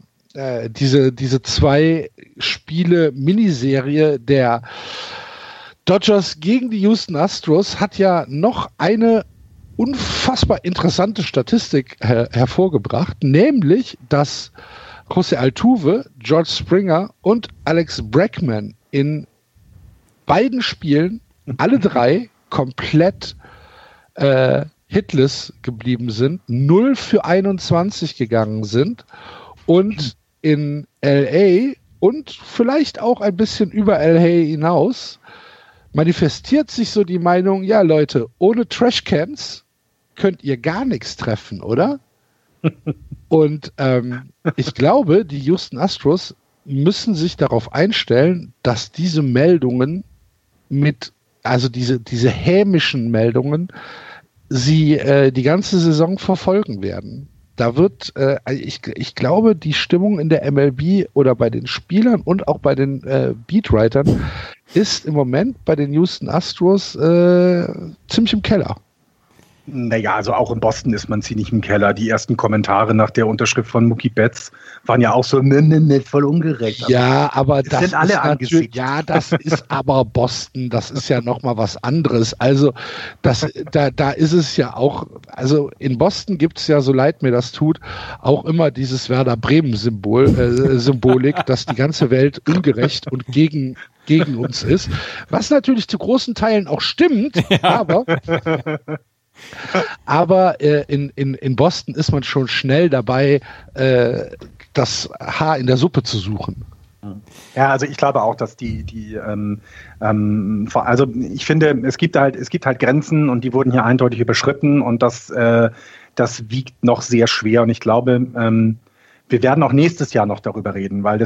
2 Spiele Miniserie der Dodgers gegen die Houston Astros hat ja noch eine unfassbar interessante Statistik hervorgebracht, nämlich, dass José Altuve, George Springer und Alex Bregman in beiden Spielen alle 3 komplett hitless geblieben sind, 0 für 21 gegangen sind und in LA und vielleicht auch ein bisschen über LA hinaus manifestiert sich so die Meinung, ja Leute, ohne Trashcans könnt ihr gar nichts treffen, oder? Und ich glaube, die Houston Astros müssen sich darauf einstellen, dass diese Meldungen diese hämischen Meldungen, sie die ganze Saison verfolgen werden. Da wird, ich glaube, die Stimmung in der MLB oder bei den Spielern und auch bei den Beatwritern ist im Moment bei den Houston Astros ziemlich im Keller. Naja, also auch in Boston ist man ziemlich im Keller. Die ersten Kommentare nach der Unterschrift von Mookie Betts waren ja auch so voll ungerecht. Ja, aber das sind alle angesickt. Ja, das ist aber Boston. Das ist ja nochmal was anderes. Also da ist es ja auch, also in Boston gibt es ja, so leid mir das tut, auch immer dieses Werder Bremen Symbolik, dass die ganze Welt ungerecht und gegen uns ist. Was natürlich zu großen Teilen auch stimmt, ja. Aber in Boston ist man schon schnell dabei, das Haar in der Suppe zu suchen. Ja, also ich glaube auch, dass also ich finde, es gibt halt Grenzen und die wurden hier eindeutig überschritten und dass das wiegt noch sehr schwer. Und ich glaube, wir werden auch nächstes Jahr noch darüber reden, weil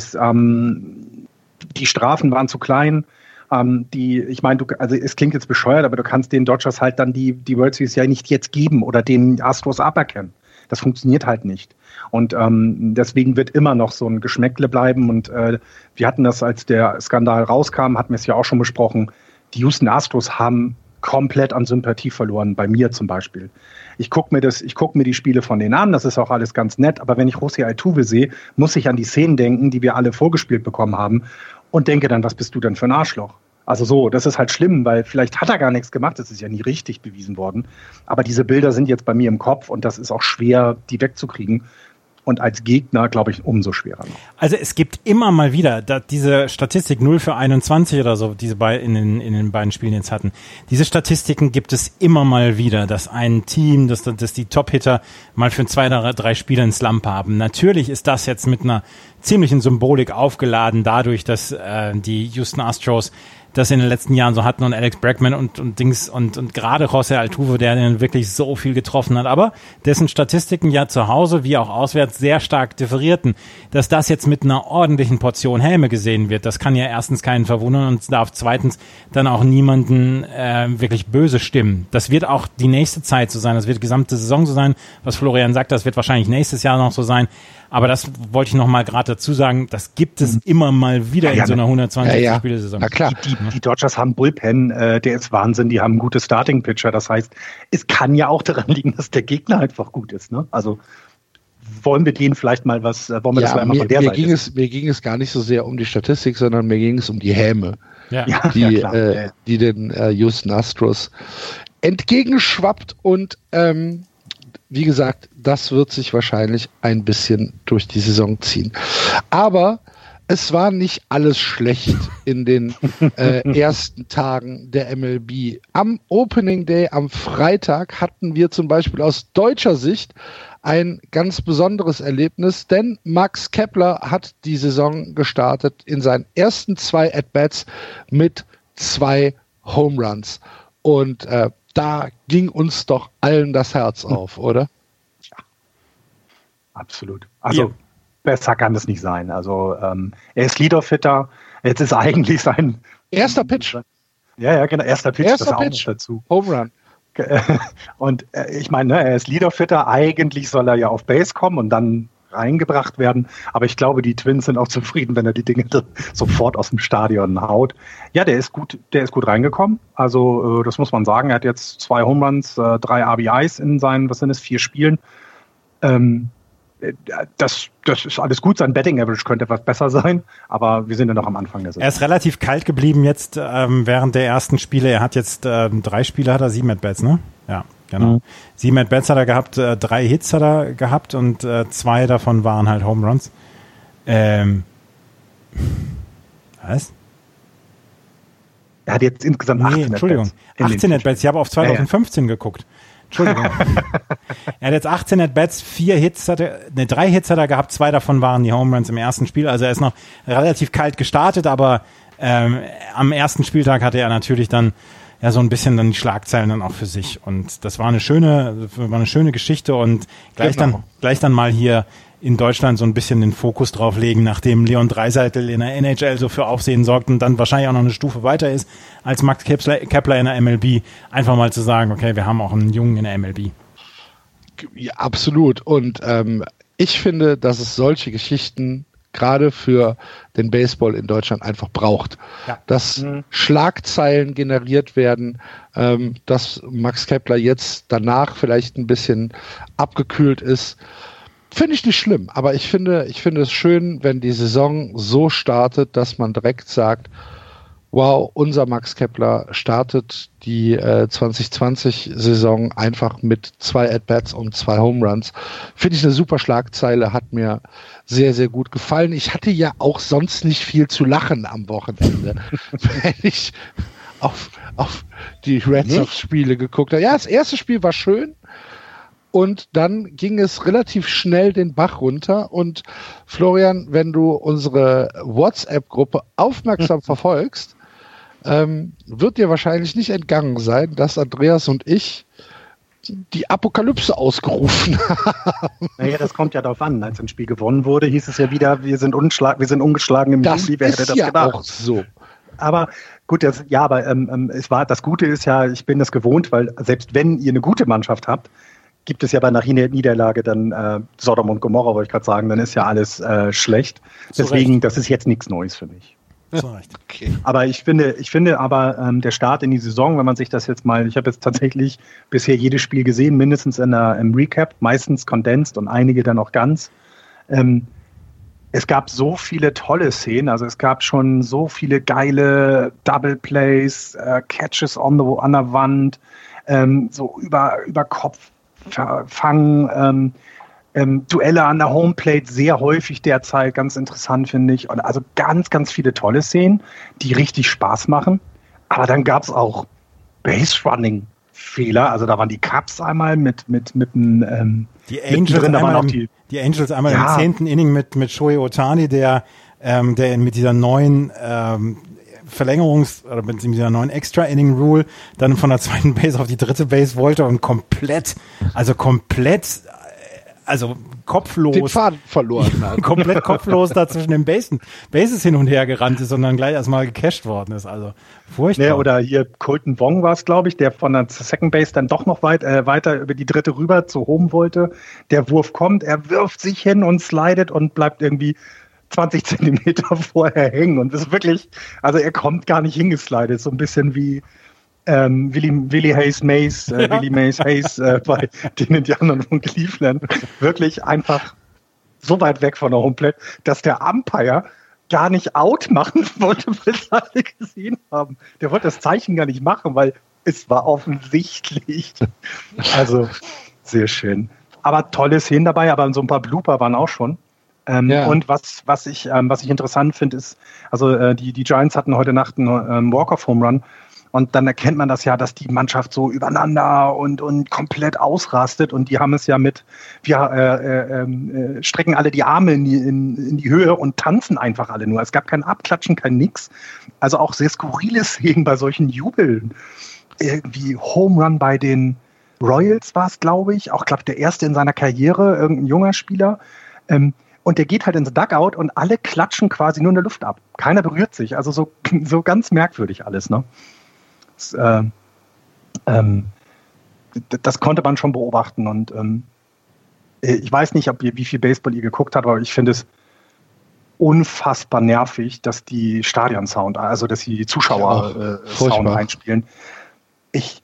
die Strafen waren zu klein. Ich meine, also es klingt jetzt bescheuert, aber du kannst den Dodgers halt dann die World Series ja nicht jetzt geben oder den Astros aberkennen. Das funktioniert halt nicht. Und deswegen wird immer noch so ein Geschmäckle bleiben. Und wir hatten das, als der Skandal rauskam, hatten wir es ja auch schon besprochen, die Houston Astros haben komplett an Sympathie verloren, bei mir zum Beispiel. Ich gucke mir die Spiele von denen an, das ist auch alles ganz nett, aber wenn ich José Altuve sehe, muss ich an die Szenen denken, die wir alle vorgespielt bekommen haben und denke dann, was bist du denn für ein Arschloch? Also so, das ist halt schlimm, weil vielleicht hat er gar nichts gemacht, das ist ja nie richtig bewiesen worden, aber diese Bilder sind jetzt bei mir im Kopf und das ist auch schwer, die wegzukriegen. Und als Gegner, glaube ich, umso schwerer noch. Also es gibt immer mal wieder diese Statistik 0 für 21 oder so, diese in den beiden Spielen jetzt hatten. Diese Statistiken gibt es immer mal wieder, dass ein Team, dass die Top-Hitter mal für 2 oder 3 Spiele einen Slump haben. Natürlich ist das jetzt mit einer ziemlichen Symbolik aufgeladen, dadurch, dass die Houston Astros das in den letzten Jahren so hatten und Alex Bregman und gerade José Altuve, der dann wirklich so viel getroffen hat, aber dessen Statistiken ja zu Hause wie auch auswärts sehr stark differierten. Dass das jetzt mit einer ordentlichen Portion Häme gesehen wird, das kann ja erstens keinen verwundern und darf zweitens dann auch niemanden wirklich böse stimmen. Das wird auch die nächste Zeit so sein, das wird die gesamte Saison so sein, was Florian sagt, das wird wahrscheinlich nächstes Jahr noch so sein. Aber das wollte ich noch mal gerade dazu sagen, das gibt es immer mal wieder in so einer 120-Spiele-Saison. Na klar. Die Dodgers haben Bullpen, der ist Wahnsinn, die haben gute Starting-Pitcher. Das heißt, es kann ja auch daran liegen, dass der Gegner einfach gut ist. Ne? Also wollen wir denen vielleicht mal das mal von der Seite? Mir ging es gar nicht so sehr um die Statistik, sondern mir ging es um die Häme, die den Houston Astros entgegenschwappt und wie gesagt, das wird sich wahrscheinlich ein bisschen durch die Saison ziehen. Aber es war nicht alles schlecht in den ersten Tagen der MLB. Am Opening Day, am Freitag, hatten wir zum Beispiel aus deutscher Sicht ein ganz besonderes Erlebnis, denn Max Kepler hat die Saison gestartet in seinen ersten 2 At-Bats mit 2 Home Runs. Und da ging uns doch allen das Herz auf, oder? Ja, absolut. Also besser kann das nicht sein. Also er ist Leadoff-Hitter. Jetzt ist eigentlich sein erster Pitch. Ja, genau. Erster Pitch. Erster das Pitch. Auch dazu. Home Run. Und ich meine, er ist Leadoff-Hitter. Eigentlich soll er ja auf Base kommen und dann reingebracht werden. Aber ich glaube, die Twins sind auch zufrieden, wenn er die Dinge sofort aus dem Stadion haut. Ja, der ist gut reingekommen. Also das muss man sagen. Er hat jetzt 2 Home Runs, 3 RBIs in seinen, 4 Spielen. Das ist alles gut. Sein Betting Average könnte etwas besser sein, aber wir sind ja noch am Anfang der Saison. Er ist relativ kalt geblieben jetzt während der ersten Spiele. Er hat jetzt 3 Spiele, hat er 7 At-Bats, ne? Ja, genau. 7 At-Bats hat er gehabt, 3 Hits hat er gehabt und 2 davon waren halt Home Runs. Was? Er hat jetzt insgesamt 18 At-Bats. Entschuldigung, 18 At-Bats. Ich habe auf 2015 geguckt. Entschuldigung. Er hat jetzt 18 At-Bats, 3 Hits hat er gehabt, 2 davon waren die Home Runs im ersten Spiel. Also er ist noch relativ kalt gestartet, aber am ersten Spieltag hatte er natürlich dann ja so ein bisschen dann die Schlagzeilen dann auch für sich. Und das war eine schöne Geschichte und gleich dann mal hier in Deutschland so ein bisschen den Fokus drauf legen, nachdem Leon Draisaitl in der NHL so für Aufsehen sorgt und dann wahrscheinlich auch noch eine Stufe weiter ist als Max Kepler in der MLB, einfach mal zu sagen, okay, wir haben auch einen Jungen in der MLB. Ja, absolut. Und ich finde, dass es solche Geschichten gerade für den Baseball in Deutschland einfach braucht. Ja. Dass Schlagzeilen generiert werden, dass Max Kepler jetzt danach vielleicht ein bisschen abgekühlt ist. Finde ich nicht schlimm, aber ich finde es schön, wenn die Saison so startet, dass man direkt sagt, wow, unser Max Kepler startet die 2020-Saison einfach mit 2 At-Bats und 2 Home Runs. Finde ich eine super Schlagzeile, hat mir sehr, sehr gut gefallen. Ich hatte ja auch sonst nicht viel zu lachen am Wochenende, wenn ich auf die Red Sox-Spiele geguckt habe. Ja, das erste Spiel war schön. Und dann ging es relativ schnell den Bach runter. Und Florian, wenn du unsere WhatsApp-Gruppe aufmerksam verfolgst, wird dir wahrscheinlich nicht entgangen sein, dass Andreas und ich die Apokalypse ausgerufen haben. Naja, das kommt ja darauf an. Als ein Spiel gewonnen wurde, hieß es ja wieder, wir sind ungeschlagen im Juli. Wer hätte das gedacht? Auch so. Aber gut, das Gute ist ja, ich bin das gewohnt, weil selbst wenn ihr eine gute Mannschaft habt, gibt es ja bei einer Niederlage dann Sodom und Gomorra, wollte ich gerade sagen, dann ist ja alles schlecht. Deswegen, das ist jetzt nichts Neues für mich. Okay. Aber ich finde aber der Start in die Saison, wenn man sich das jetzt mal, ich habe jetzt tatsächlich bisher jedes Spiel gesehen, mindestens im Recap, meistens condensed und einige dann auch ganz. Es gab so viele tolle Szenen, also es gab schon so viele geile Double Plays, Catches an der Wand, so über Kopf fangen, Duelle an der Homeplate sehr häufig derzeit, ganz interessant finde ich. Und also ganz, ganz viele tolle Szenen, die richtig Spaß machen. Aber dann gab es auch Base-Running-Fehler. Also da waren die Cubs einmal mit einem die Angels einmal im 10. Inning mit Shohei Ohtani, der mit dieser neuen oder mit dieser neuen Extra-Inning-Rule dann von der zweiten Base auf die dritte Base wollte und komplett kopflos. Den Faden verloren hat. Komplett kopflos da zwischen den Bases hin und her gerannt ist und dann gleich erstmal gecasht worden ist. Also furchtbar. Ja, oder hier Colton Wong war es, glaube ich, der von der Second Base dann doch noch weiter über die dritte rüber zu Home wollte. Der Wurf kommt, er wirft sich hin und slidet und bleibt irgendwie 20 Zentimeter vorher hängen und ist wirklich, also er kommt gar nicht hingeslidet, so ein bisschen wie Willie Mays Hayes bei den Indianern von Cleveland. Wirklich einfach so weit weg von der Homeplate, dass der Umpire gar nicht out machen wollte, weil es alle gesehen haben. Der wollte das Zeichen gar nicht machen, weil es war offensichtlich. Also sehr schön. Aber tolle Szenen dabei, aber so ein paar Blooper waren auch schon. Und was ich interessant finde, ist, also die Giants hatten heute Nacht einen Walk-off-Home-Run und dann erkennt man das ja, dass die Mannschaft so übereinander und komplett ausrastet und die haben es ja wir strecken alle die Arme in die Höhe und tanzen einfach alle nur. Es gab kein Abklatschen, kein Nix. Also auch sehr skurrile Szenen bei solchen Jubeln. Irgendwie Home-Run bei den Royals war es, glaube ich, auch der erste in seiner Karriere, irgendein junger Spieler. Und der geht halt ins Dugout und alle klatschen quasi nur in der Luft ab. Keiner berührt sich. Also so ganz merkwürdig alles, ne? Das konnte man schon beobachten. Und ich weiß nicht, wie viel Baseball ihr geguckt habt, aber ich finde es unfassbar nervig, dass die Stadion-Sound, also dass die Zuschauer-Sound einspielen. Ich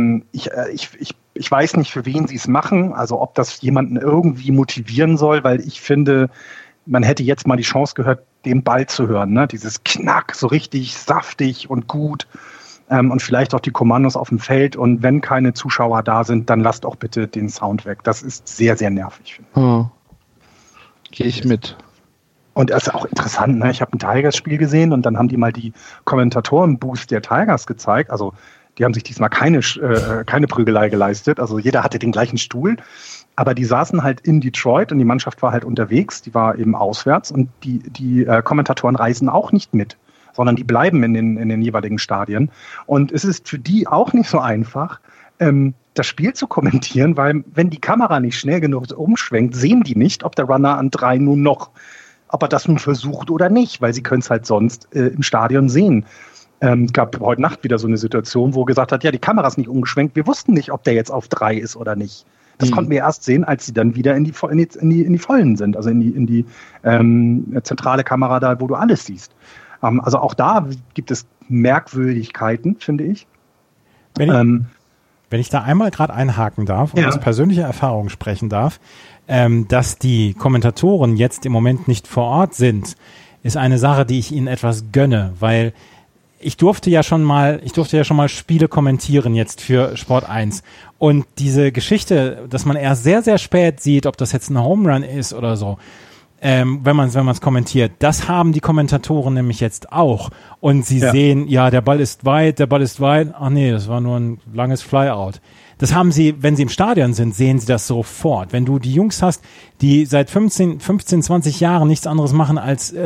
weiß nicht, für wen sie es machen, also ob das jemanden irgendwie motivieren soll, weil ich finde, man hätte jetzt mal die Chance gehört, den Ball zu hören, ne? Dieses Knack, so richtig saftig und gut und vielleicht auch die Kommandos auf dem Feld und wenn keine Zuschauer da sind, dann lasst auch bitte den Sound weg. Das ist sehr, sehr nervig. Gehe ich mit. Und das ist auch interessant, ne? Ich habe ein Tigers-Spiel gesehen und dann haben die mal die Kommentatoren-Booth der Tigers gezeigt, also die haben sich diesmal keine Prügelei geleistet. Also jeder hatte den gleichen Stuhl. Aber die saßen halt in Detroit und die Mannschaft war halt unterwegs. Die war eben auswärts. Und die Kommentatoren reisen auch nicht mit, sondern die bleiben in den jeweiligen Stadien. Und es ist für die auch nicht so einfach, das Spiel zu kommentieren, weil wenn die Kamera nicht schnell genug umschwenkt, sehen die nicht, ob der Runner an 3 ob er das nun versucht oder nicht, weil sie können es halt sonst im Stadion sehen. Gab heute Nacht wieder so eine Situation, wo gesagt hat, ja, die Kamera ist nicht umgeschwenkt, wir wussten nicht, ob der jetzt auf 3 ist oder nicht. Das konnten wir erst sehen, als sie dann wieder in die Vollen sind, also in die zentrale Kamera da, wo du alles siehst. Also auch da gibt es Merkwürdigkeiten, finde ich. Wenn ich da einmal gerade einhaken darf und aus persönlicher Erfahrung sprechen darf, dass die Kommentatoren jetzt im Moment nicht vor Ort sind, ist eine Sache, die ich ihnen etwas gönne, weil ich durfte ja schon mal Spiele kommentieren jetzt für Sport 1 und diese Geschichte, dass man erst sehr, sehr spät sieht, ob das jetzt ein Home Run ist oder so, wenn man es kommentiert, das haben die Kommentatoren nämlich jetzt auch und sie sehen, ja, der Ball ist weit, ach nee, das war nur ein langes Flyout. Das haben sie, wenn sie im Stadion sind, sehen sie das sofort. Wenn du die Jungs hast, die seit 15, 20 Jahren nichts anderes machen, als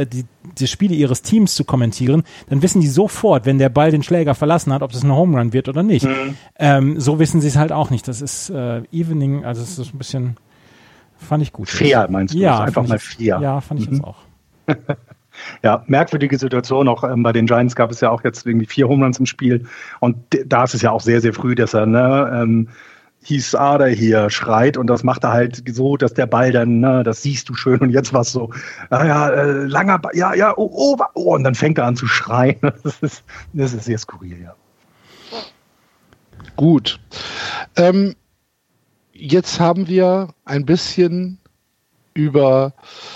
die Spiele ihres Teams zu kommentieren, dann wissen die sofort, wenn der Ball den Schläger verlassen hat, ob das ein Home Run wird oder nicht. So wissen sie es halt auch nicht. Das ist Evening, also es ist ein bisschen, fand ich gut. Fair, meinst du? Ja, einfach mal fair. Ja, fand ich jetzt auch. Ja, merkwürdige Situation. Auch bei den Giants gab es ja auch jetzt irgendwie 4 Home Runs im Spiel. Und da ist es ja auch sehr, sehr früh, dass er, Heath Arder hier schreit, und das macht er halt so, dass der Ball dann, das siehst du schön, und jetzt war es so, langer Ball, und dann fängt er an zu schreien. Das ist sehr skurril, ja. Gut. Jetzt haben wir ein bisschen über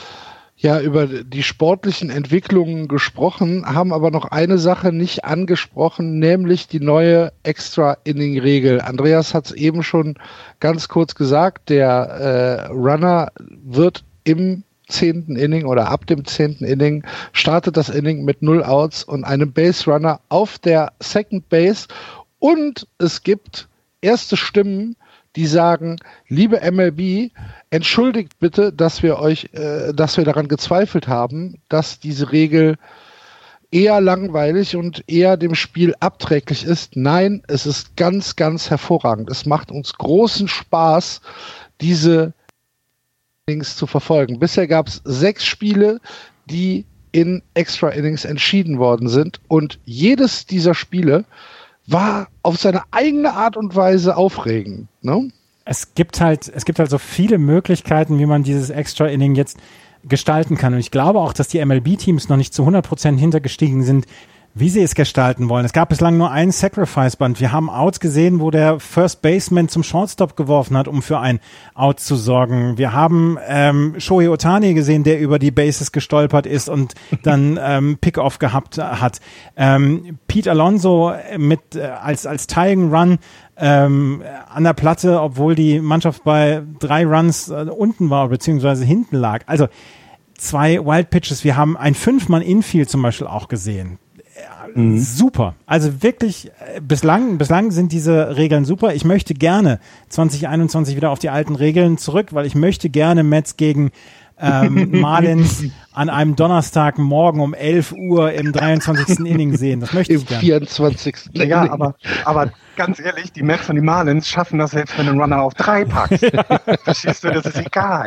die sportlichen Entwicklungen gesprochen, haben aber noch eine Sache nicht angesprochen, nämlich die neue Extra-Inning-Regel. Andreas hat es eben schon ganz kurz gesagt, der Runner wird im 10. Inning oder ab dem 10. Inning startet das Inning mit 0 Outs und einem Base-Runner auf der Second Base, und es gibt erste Stimmen, die sagen, liebe MLB, entschuldigt bitte, dass wir daran gezweifelt haben, dass diese Regel eher langweilig und eher dem Spiel abträglich ist. Nein, es ist ganz, ganz hervorragend. Es macht uns großen Spaß, diese Innings zu verfolgen. Bisher gab es 6 Spiele, die in Extra Innings entschieden worden sind, und jedes dieser Spiele war auf seine eigene Art und Weise aufregend, ne? Es gibt halt so viele Möglichkeiten, wie man dieses Extra Inning jetzt gestalten kann. Und ich glaube auch, dass die MLB-Teams noch nicht zu 100% hintergestiegen sind, wie sie es gestalten wollen. Es gab bislang nur einen Sacrifice-Bunt. Wir haben Outs gesehen, wo der First Baseman zum Shortstop geworfen hat, um für ein Out zu sorgen. Wir haben Shohei Ohtani gesehen, der über die Bases gestolpert ist und dann Pick-Off gehabt hat. Pete Alonso als Tying Run an der Platte, obwohl die Mannschaft bei 3 Runs unten war, beziehungsweise hinten lag. Also 2 Wild Pitches. Wir haben ein 5-Mann-Infield zum Beispiel auch gesehen. Super. Also wirklich, bislang sind diese Regeln super. Ich möchte gerne 2021 wieder auf die alten Regeln zurück, weil ich möchte gerne Mets gegen Marlins an einem Donnerstagmorgen um 11 Uhr im 23. Inning sehen. Das möchte ich gerne. Im 24. Ja, aber ganz ehrlich, die Mets und die Marlins schaffen das selbst, wenn du einen Runner auf 3 packst. Verstehst du, das ist egal.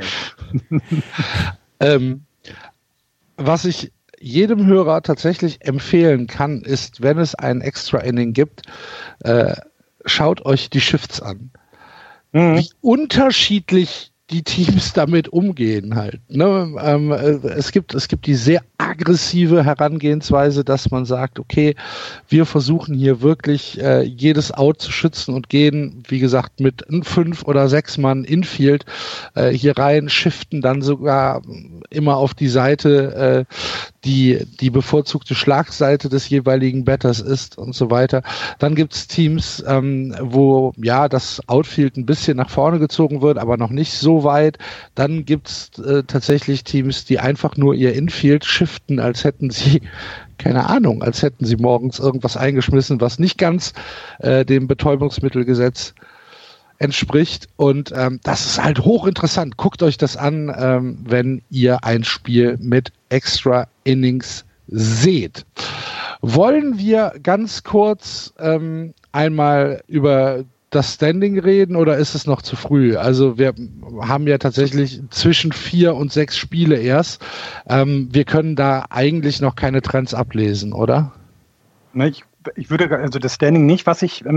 Was ich jedem Hörer tatsächlich empfehlen kann, ist, wenn es ein Extra-Inning gibt, schaut euch die Shifts an. Wie unterschiedlich die Teams damit umgehen halt. Ne? Es gibt die sehr aggressive Herangehensweise, dass man sagt, okay, wir versuchen hier wirklich jedes Out zu schützen und gehen, wie gesagt, mit 5 oder 6 Mann Infield hier rein, shiften dann sogar immer auf die Seite, die bevorzugte Schlagseite des jeweiligen Batters ist und so weiter. Dann gibt's Teams, wo das Outfield ein bisschen nach vorne gezogen wird, aber noch nicht so weit. Dann gibt's tatsächlich Teams, die einfach nur ihr Infield shiften, als hätten sie morgens irgendwas eingeschmissen, was nicht ganz dem Betäubungsmittelgesetz entspricht, und das ist halt hochinteressant. Guckt euch das an, wenn ihr ein Spiel mit Extra Innings seht. Wollen wir ganz kurz einmal über das Standing reden, oder ist es noch zu früh? Also wir haben ja tatsächlich zwischen 4 und 6 Spiele erst. Wir können da eigentlich noch keine Trends ablesen, oder? Ich würde, also das Standing nicht, was ich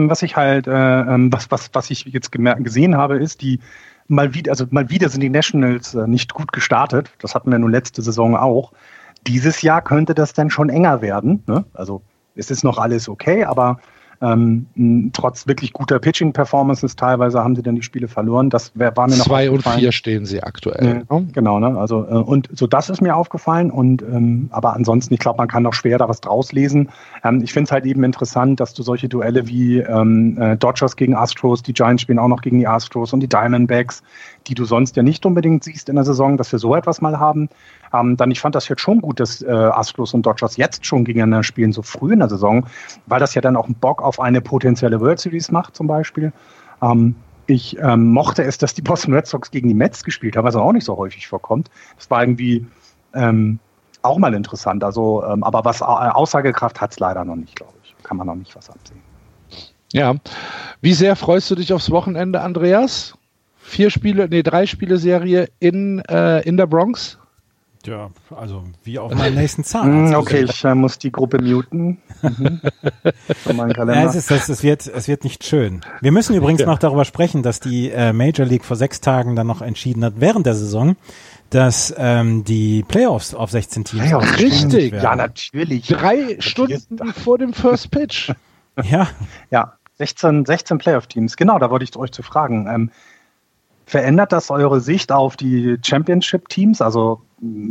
jetzt gesehen habe, ist, mal wieder sind die Nationals nicht gut gestartet. Das hatten wir nun letzte Saison auch. Dieses Jahr könnte das dann schon enger werden, ne? Also es ist noch alles okay, aber trotz wirklich guter Pitching-Performances teilweise haben sie dann die Spiele verloren. Das war mir noch 2 und 4 stehen sie aktuell. Genau, ne? Also und so, das ist mir aufgefallen, und aber ansonsten, ich glaube, man kann noch schwer da was draus lesen. Ich finde es halt eben interessant, dass du solche Duelle wie Dodgers gegen Astros, die Giants spielen auch noch gegen die Astros, und die Diamondbacks, die du sonst ja nicht unbedingt siehst in der Saison, dass wir so etwas mal haben. Dann, ich fand das jetzt schon gut, dass Astros und Dodgers jetzt schon gegeneinander spielen, so früh in der Saison, weil das ja dann auch einen Bock auf eine potenzielle World Series macht zum Beispiel. Ich mochte es, dass die Boston Red Sox gegen die Mets gespielt haben, was auch nicht so häufig vorkommt. Das war irgendwie auch mal interessant. Also, aber was Aussagekraft hat es leider noch nicht, glaube ich. Kann man noch nicht was absehen. Ja. Wie sehr freust du dich aufs Wochenende, Andreas? 3 Spiele Serie in der Bronx? Ja, also wie auf meinen nächsten Zahn. Okay, ich muss die Gruppe muten. Von meinem Kalender. Ja, es wird nicht schön. Wir müssen übrigens noch darüber sprechen, dass die Major League vor 6 Tagen dann noch entschieden hat, während der Saison, dass die Playoffs auf 16 Teams richtig werden. Ja, natürlich. 3 Stunden vor dem First Pitch. Ja, 16 Playoff-Teams. Genau, da wollte ich euch zu fragen. Verändert das eure Sicht auf die Championship-Teams? Also,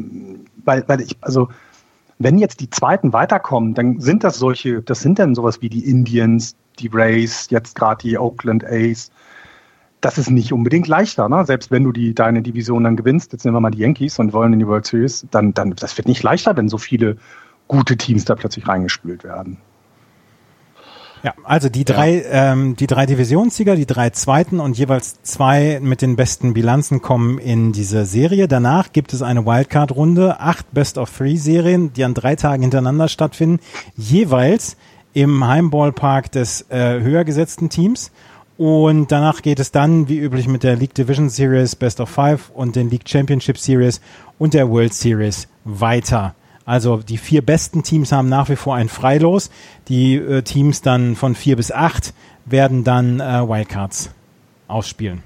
wenn jetzt die Zweiten weiterkommen, dann sind das sind dann sowas wie die Indians, die Rays, jetzt gerade die Oakland A's. Das ist nicht unbedingt leichter, ne? Selbst wenn du deine Division dann gewinnst, jetzt nehmen wir mal die Yankees und wollen in die World Series, dann das wird nicht leichter, wenn so viele gute Teams da plötzlich reingespült werden. Ja, also die drei Divisionssieger, die 3 Zweiten und jeweils 2 mit den besten Bilanzen kommen in diese Serie. Danach gibt es eine Wildcard-Runde, 8 Best-of-3-Serien, die an 3 Tagen hintereinander stattfinden, jeweils im Heimballpark des höher gesetzten Teams. Und danach geht es dann, wie üblich, mit der League Division Series, Best of 5 und den League Championship Series und der World Series weiter. Also die 4 besten Teams haben nach wie vor ein Freilos. Die Teams dann von 4 bis 8 werden dann Wildcards ausspielen.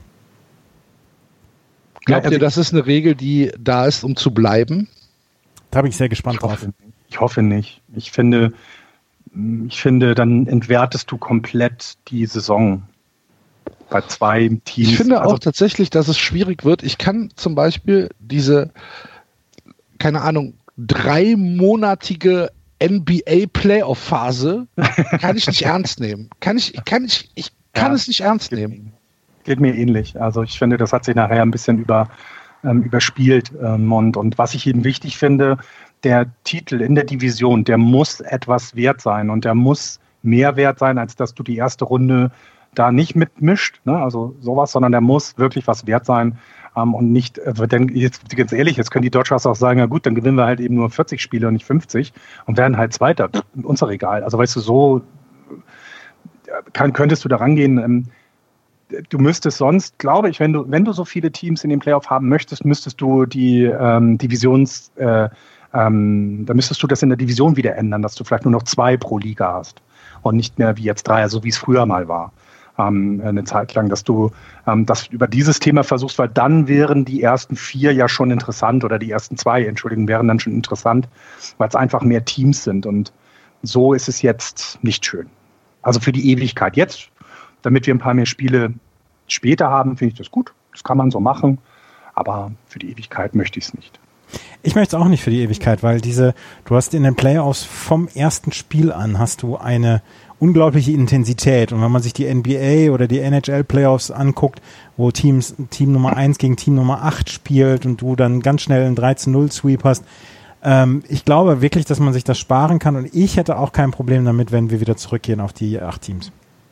Glaubt ihr, das ist eine Regel, die da ist, um zu bleiben? Da bin ich sehr gespannt drauf. Ich hoffe nicht. Ich finde, dann entwertest du komplett die Saison bei 2 Teams. Ich finde auch tatsächlich, dass es schwierig wird. Ich kann zum Beispiel diese, keine Ahnung, 3-monatige NBA-Playoff-Phase kann ich nicht ernst nehmen. Ich kann es nicht ernst nehmen. Geht mir ähnlich. Also ich finde, das hat sich nachher ein bisschen überspielt. Und was ich eben wichtig finde, der Titel in der Division, der muss etwas wert sein und der muss mehr wert sein, als dass du die erste Runde da nicht mitmischt, ne? Also sowas, sondern der muss wirklich was wert sein. Und nicht, denn jetzt ganz ehrlich, jetzt können die Dodgers auch sagen, ja gut, dann gewinnen wir halt eben nur 40 Spiele und nicht 50 und werden halt Zweiter. Uns doch egal. Also weißt du, so könntest du da rangehen. Du müsstest sonst, glaube ich, wenn du so viele Teams in den Playoff haben möchtest, müsstest du die da müsstest du das in der Division wieder ändern, dass du vielleicht nur noch 2 pro Liga hast und nicht mehr wie jetzt 3, also wie es früher mal war. Eine Zeit lang, dass du das über dieses Thema versuchst, weil dann wären die ersten 4 ja schon interessant oder die ersten 2, wären dann schon interessant, weil es einfach mehr Teams sind und so ist es jetzt nicht schön. Also für die Ewigkeit. Jetzt, damit wir ein paar mehr Spiele später haben, finde ich das gut. Das kann man so machen, aber für die Ewigkeit möchte ich es nicht. Ich möchte es auch nicht für die Ewigkeit, weil du hast in den Playoffs vom ersten Spiel an hast du eine unglaubliche Intensität. Und wenn man sich die NBA oder die NHL-Playoffs anguckt, wo Team Nummer 1 gegen Team Nummer 8 spielt und du dann ganz schnell einen 13-0-Sweep hast, ich glaube wirklich, dass man sich das sparen kann und ich hätte auch kein Problem damit, wenn wir wieder zurückgehen auf die 8 Teams.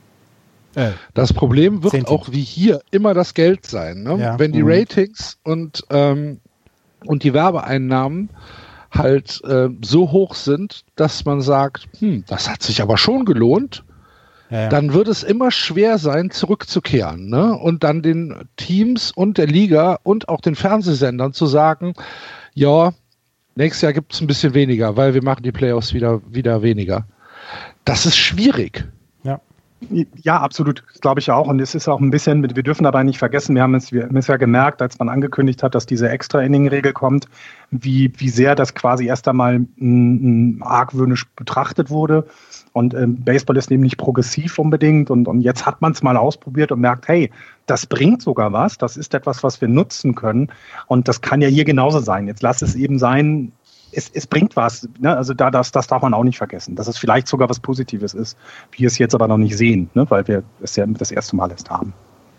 Das Problem wird auch wie hier immer das Geld sein. Ne? Ja. Wenn die Ratings und die Werbeeinnahmen halt so hoch sind, dass man sagt, das hat sich aber schon gelohnt, dann wird es immer schwer sein, zurückzukehren, ne? Und dann den Teams und der Liga und auch den Fernsehsendern zu sagen, ja, nächstes Jahr gibt es ein bisschen weniger, weil wir machen die Playoffs wieder weniger. Das ist schwierig. Ja, absolut, glaube ich auch. Und es ist auch ein bisschen, wir dürfen dabei nicht vergessen, wir haben es ja gemerkt, als man angekündigt hat, dass diese Extra-Inning-Regel kommt, wie sehr das quasi erst einmal argwöhnisch betrachtet wurde. Und Baseball ist eben nicht progressiv unbedingt. Und jetzt hat man es mal ausprobiert und merkt, hey, das bringt sogar was. Das ist etwas, was wir nutzen können. Und das kann ja hier genauso sein. Jetzt lass es eben sein, es bringt was, ne? Also das darf man auch nicht vergessen, dass es vielleicht sogar was Positives ist, wir es jetzt aber noch nicht sehen, ne? Weil wir es ja das erste Mal erst haben.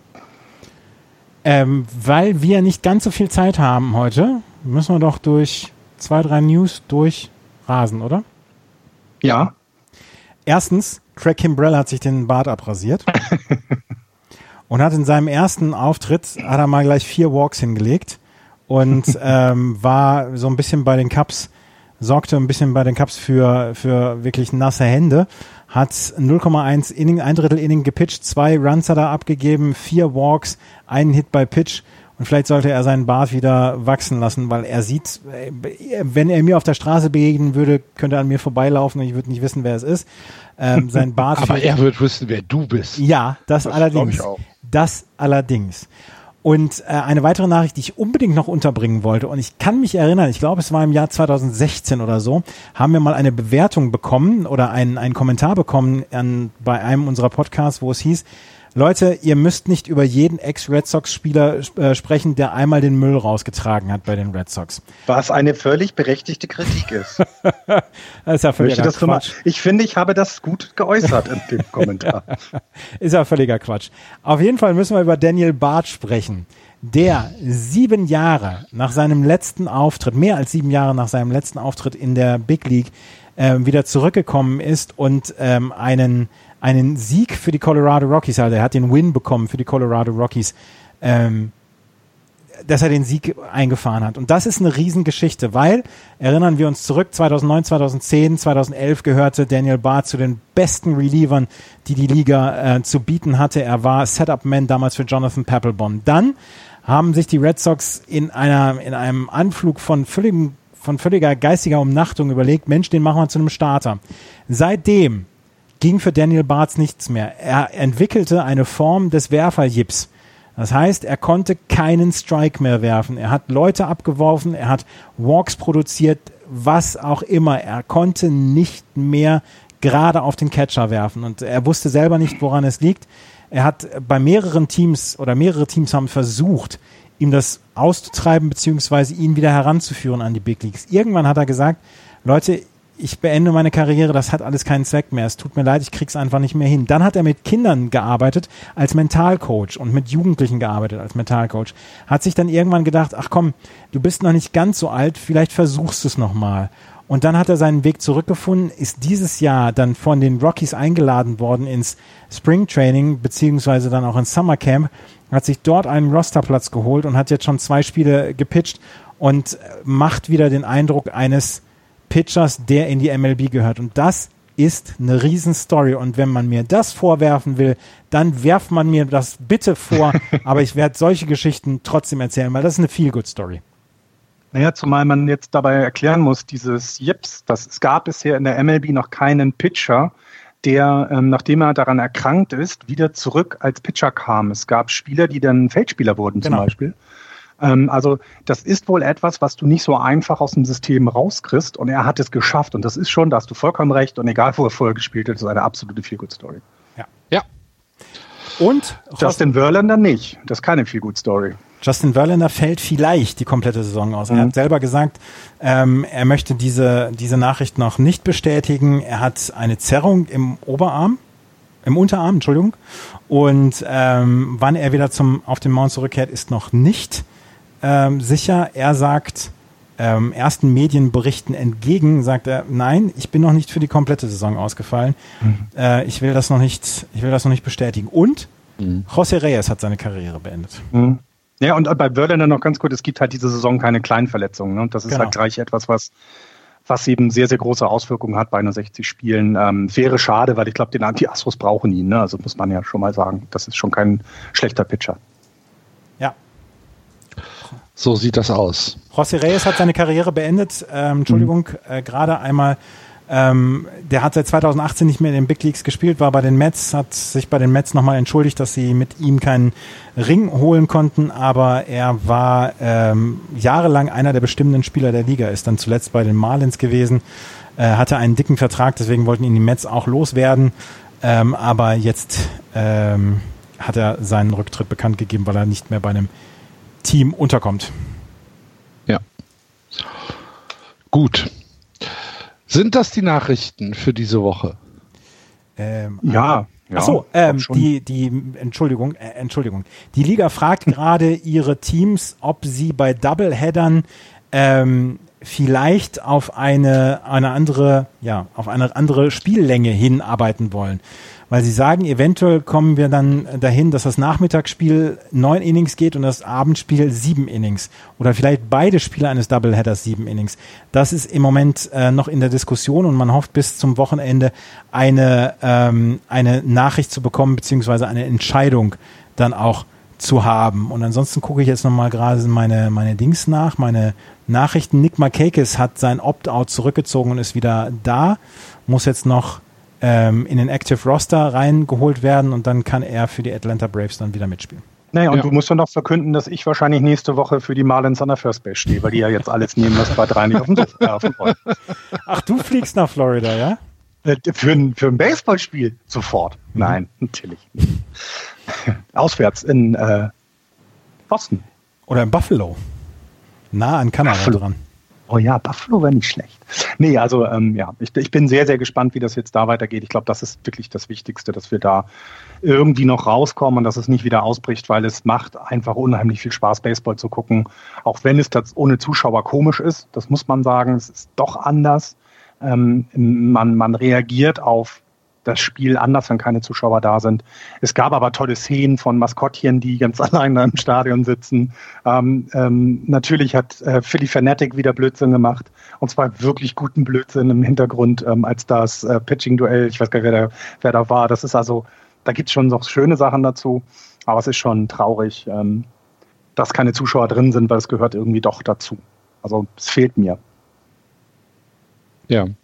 Weil wir nicht ganz so viel Zeit haben heute, müssen wir doch durch 2, 3 News durchrasen, oder? Ja. Erstens, Craig Kimbrell hat sich den Bart abrasiert und hat in seinem ersten Auftritt, hat er mal gleich 4 Walks hingelegt. Und war so ein bisschen bei den Cubs sorgte ein bisschen bei den Cubs für wirklich nasse Hände, hat 0,1 Inning, ein Drittel Inning gepitcht, 2 Runs hat er abgegeben, 4 Walks, einen Hit bei Pitch. Und vielleicht sollte er seinen Bart wieder wachsen lassen, weil er sieht, wenn er mir auf der Straße begegnen würde, könnte er an mir vorbeilaufen und ich würde nicht wissen, wer es ist. Sein Bart. Aber er wird wissen, wer du bist. Ja, das allerdings. Ich auch. Das allerdings. Und eine weitere Nachricht, die ich unbedingt noch unterbringen wollte, und ich kann mich erinnern, ich glaube, es war im Jahr 2016 oder so, haben wir mal eine Bewertung bekommen oder einen Kommentar bekommen bei einem unserer Podcasts, wo es hieß, Leute, ihr müsst nicht über jeden Ex-Red Sox-Spieler sprechen, der einmal den Müll rausgetragen hat bei den Red Sox. Was eine völlig berechtigte Kritik ist. Das ist ja völliger Quatsch. Ich finde, ich habe das gut geäußert in dem Kommentar. Ist ja völliger Quatsch. Auf jeden Fall müssen wir über Daniel Bard sprechen, der 7 Jahre nach seinem letzten Auftritt, mehr als 7 Jahre nach seinem letzten Auftritt in der Big League, wieder zurückgekommen ist und einen Sieg für die Colorado Rockies, also er hat den Win bekommen für die Colorado Rockies, dass er den Sieg eingefahren hat. Und das ist eine Riesengeschichte, weil, erinnern wir uns zurück, 2009, 2010, 2011 gehörte Daniel Bard zu den besten Relievern, die die Liga zu bieten hatte. Er war Setup-Man damals für Jonathan Papelbon. Dann haben sich die Red Sox in einem Anflug von völliger geistiger Umnachtung überlegt, Mensch, den machen wir zu einem Starter. Seitdem ging für Daniel Bard nichts mehr. Er entwickelte eine Form des Werferjips. Das heißt, er konnte keinen Strike mehr werfen. Er hat Leute abgeworfen, er hat Walks produziert, was auch immer. Er konnte nicht mehr gerade auf den Catcher werfen und er wusste selber nicht, woran es liegt. Er hat bei mehrere Teams haben versucht, ihm das auszutreiben beziehungsweise ihn wieder heranzuführen an die Big Leagues. Irgendwann hat er gesagt, Leute, ich beende meine Karriere, das hat alles keinen Zweck mehr. Es tut mir leid, ich krieg's einfach nicht mehr hin. Dann hat er mit Kindern gearbeitet als Mentalcoach und mit Jugendlichen gearbeitet als Mentalcoach. Hat sich dann irgendwann gedacht, ach komm, du bist noch nicht ganz so alt, vielleicht versuchst du es nochmal. Und dann hat er seinen Weg zurückgefunden, ist dieses Jahr dann von den Rockies eingeladen worden ins Spring Training, beziehungsweise dann auch ins Summer Camp, hat sich dort einen Rosterplatz geholt und hat jetzt schon 2 Spiele gepitcht und macht wieder den Eindruck eines Pitchers, der in die MLB gehört. Und das ist eine Riesenstory. Und wenn man mir das vorwerfen will, dann werft man mir das bitte vor. Aber ich werde solche Geschichten trotzdem erzählen, weil das ist eine Feel-Good-Story. Naja, zumal man jetzt dabei erklären muss, dieses Yips, es gab bisher in der MLB noch keinen Pitcher, der, nachdem er daran erkrankt ist, wieder zurück als Pitcher kam. Es gab Spieler, die dann Feldspieler wurden zum Beispiel. Also das ist wohl etwas, was du nicht so einfach aus dem System rauskriegst und er hat es geschafft und das ist schon, da hast du vollkommen recht und egal, wo er vorher gespielt hat, ist eine absolute Feel-Good-Story. Ja. Und Justin Verlander nicht, das ist keine Feel-Good-Story. Justin Verlander fällt vielleicht die komplette Saison aus. Er hat selber gesagt, er möchte diese Nachricht noch nicht bestätigen. Er hat eine Zerrung im Unterarm, und wann er wieder auf den Mount zurückkehrt, ist noch nicht sicher. Er sagt, ersten Medienberichten entgegen, sagt er, nein, ich bin noch nicht für die komplette Saison ausgefallen. Ich will das noch nicht bestätigen. Und José Reyes hat seine Karriere beendet. Ja, und bei Verlander noch ganz kurz, es gibt halt diese Saison keine Kleinverletzungen. Ne? Und das ist halt gleich etwas, was eben sehr, sehr große Auswirkungen hat bei 60 Spielen. Wäre schade, weil ich glaube, die Astros brauchen ihn. Ne? Also muss man ja schon mal sagen, das ist schon kein schlechter Pitcher. Ja. So sieht das aus. José Reyes hat seine Karriere beendet. Gerade einmal. Der hat seit 2018 nicht mehr in den Big Leagues gespielt, war bei den Mets, hat sich bei den Mets nochmal entschuldigt, dass sie mit ihm keinen Ring holen konnten, aber er war jahrelang einer der bestimmenden Spieler der Liga, ist dann zuletzt bei den Marlins gewesen, hatte einen dicken Vertrag, deswegen wollten ihn die Mets auch loswerden, aber jetzt hat er seinen Rücktritt bekannt gegeben, weil er nicht mehr bei einem Team unterkommt. Ja. Gut. Sind das die Nachrichten für diese Woche? Ja. Achso, Entschuldigung. Die Liga fragt gerade ihre Teams, ob sie bei Doubleheadern vielleicht auf eine andere Spiellänge hinarbeiten wollen. Weil sie sagen, eventuell kommen wir dann dahin, dass das Nachmittagsspiel 9 Innings geht und das Abendspiel 7 Innings. Oder vielleicht beide Spiele eines Doubleheaders 7 Innings. Das ist im Moment noch in der Diskussion und man hofft bis zum Wochenende eine Nachricht zu bekommen, beziehungsweise eine Entscheidung dann auch zu haben. Und ansonsten gucke ich jetzt nochmal gerade meine Dings nach, meine Nachrichten. Nick Markakis hat sein Opt-out zurückgezogen und ist wieder da. Muss jetzt noch in den Active Roster reingeholt werden und dann kann er für die Atlanta Braves dann wieder mitspielen. Naja, und du musst dann noch verkünden, dass ich wahrscheinlich nächste Woche für die Marlins an der First Base stehe, weil die ja jetzt alles nehmen, was bei 3 nicht auf den Duft werfen wollen. Ach, du fliegst nach Florida, ja? Für ein Baseballspiel sofort. Nein, natürlich nicht. Auswärts in Boston. Oder in Buffalo. Nah an Kanada dran. Oh ja, Buffalo wäre nicht schlecht. Nee, also ich bin sehr, sehr gespannt, wie das jetzt da weitergeht. Ich glaube, das ist wirklich das Wichtigste, dass wir da irgendwie noch rauskommen und dass es nicht wieder ausbricht, weil es macht einfach unheimlich viel Spaß, Baseball zu gucken. Auch wenn es ohne Zuschauer komisch ist, das muss man sagen, es ist doch anders. Man reagiert auf das Spiel anders, wenn keine Zuschauer da sind. Es gab aber tolle Szenen von Maskottchen, die ganz alleine im Stadion sitzen. Natürlich hat Philly Fanatic wieder Blödsinn gemacht. Und zwar wirklich guten Blödsinn im Hintergrund, als das Pitching-Duell, ich weiß gar nicht, wer da war. Das ist also, da gibt es schon noch schöne Sachen dazu. Aber es ist schon traurig, dass keine Zuschauer drin sind, weil es gehört irgendwie doch dazu. Also es fehlt mir. Ja.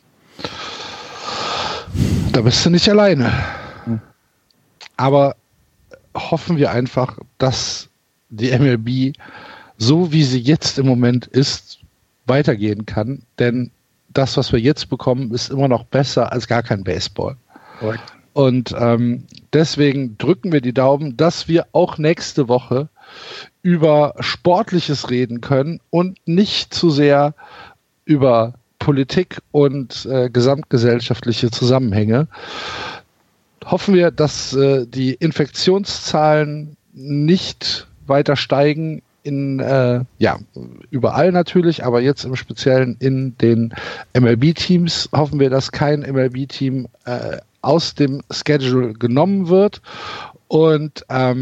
Da bist du nicht alleine. Aber hoffen wir einfach, dass die MLB, so wie sie jetzt im Moment ist, weitergehen kann. Denn das, was wir jetzt bekommen, ist immer noch besser als gar kein Baseball. Right. Und deswegen drücken wir die Daumen, dass wir auch nächste Woche über Sportliches reden können und nicht zu sehr über Politik und gesamtgesellschaftliche Zusammenhänge. Hoffen wir, dass die Infektionszahlen nicht weiter steigen überall natürlich, aber jetzt im Speziellen in den MLB-Teams. Hoffen wir, dass kein MLB-Team aus dem Schedule genommen wird und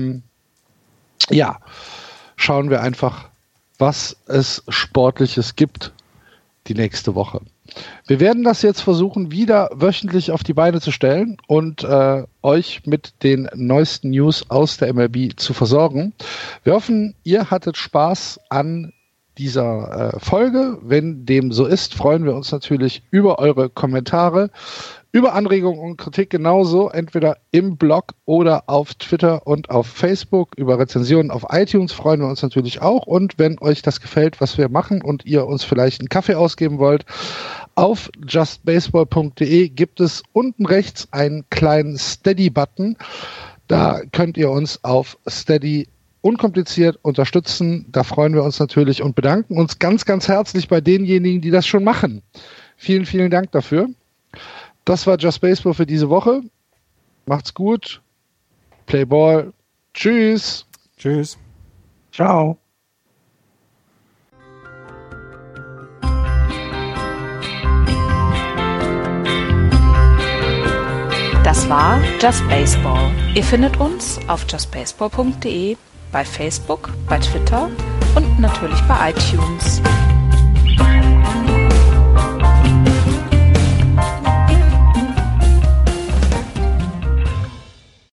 schauen wir einfach, was es Sportliches gibt die nächste Woche. Wir werden das jetzt versuchen, wieder wöchentlich auf die Beine zu stellen und euch mit den neuesten News aus der MLB zu versorgen. Wir hoffen, ihr hattet Spaß an dieser Folge. Wenn dem so ist, freuen wir uns natürlich über eure Kommentare, über Anregungen und Kritik genauso, entweder im Blog oder auf Twitter und auf Facebook. Über Rezensionen auf iTunes freuen wir uns natürlich auch. Und wenn euch das gefällt, was wir machen und ihr uns vielleicht einen Kaffee ausgeben wollt, auf justbaseball.de gibt es unten rechts einen kleinen Steady-Button. Da könnt ihr uns auf Steady unkompliziert unterstützen. Da freuen wir uns natürlich und bedanken uns ganz, ganz herzlich bei denjenigen, die das schon machen. Vielen, vielen Dank dafür. Das war Just Baseball für diese Woche. Macht's gut. Play Ball. Tschüss. Tschüss. Ciao. Das war Just Baseball. Ihr findet uns auf justbaseball.de, bei Facebook, bei Twitter und natürlich bei iTunes.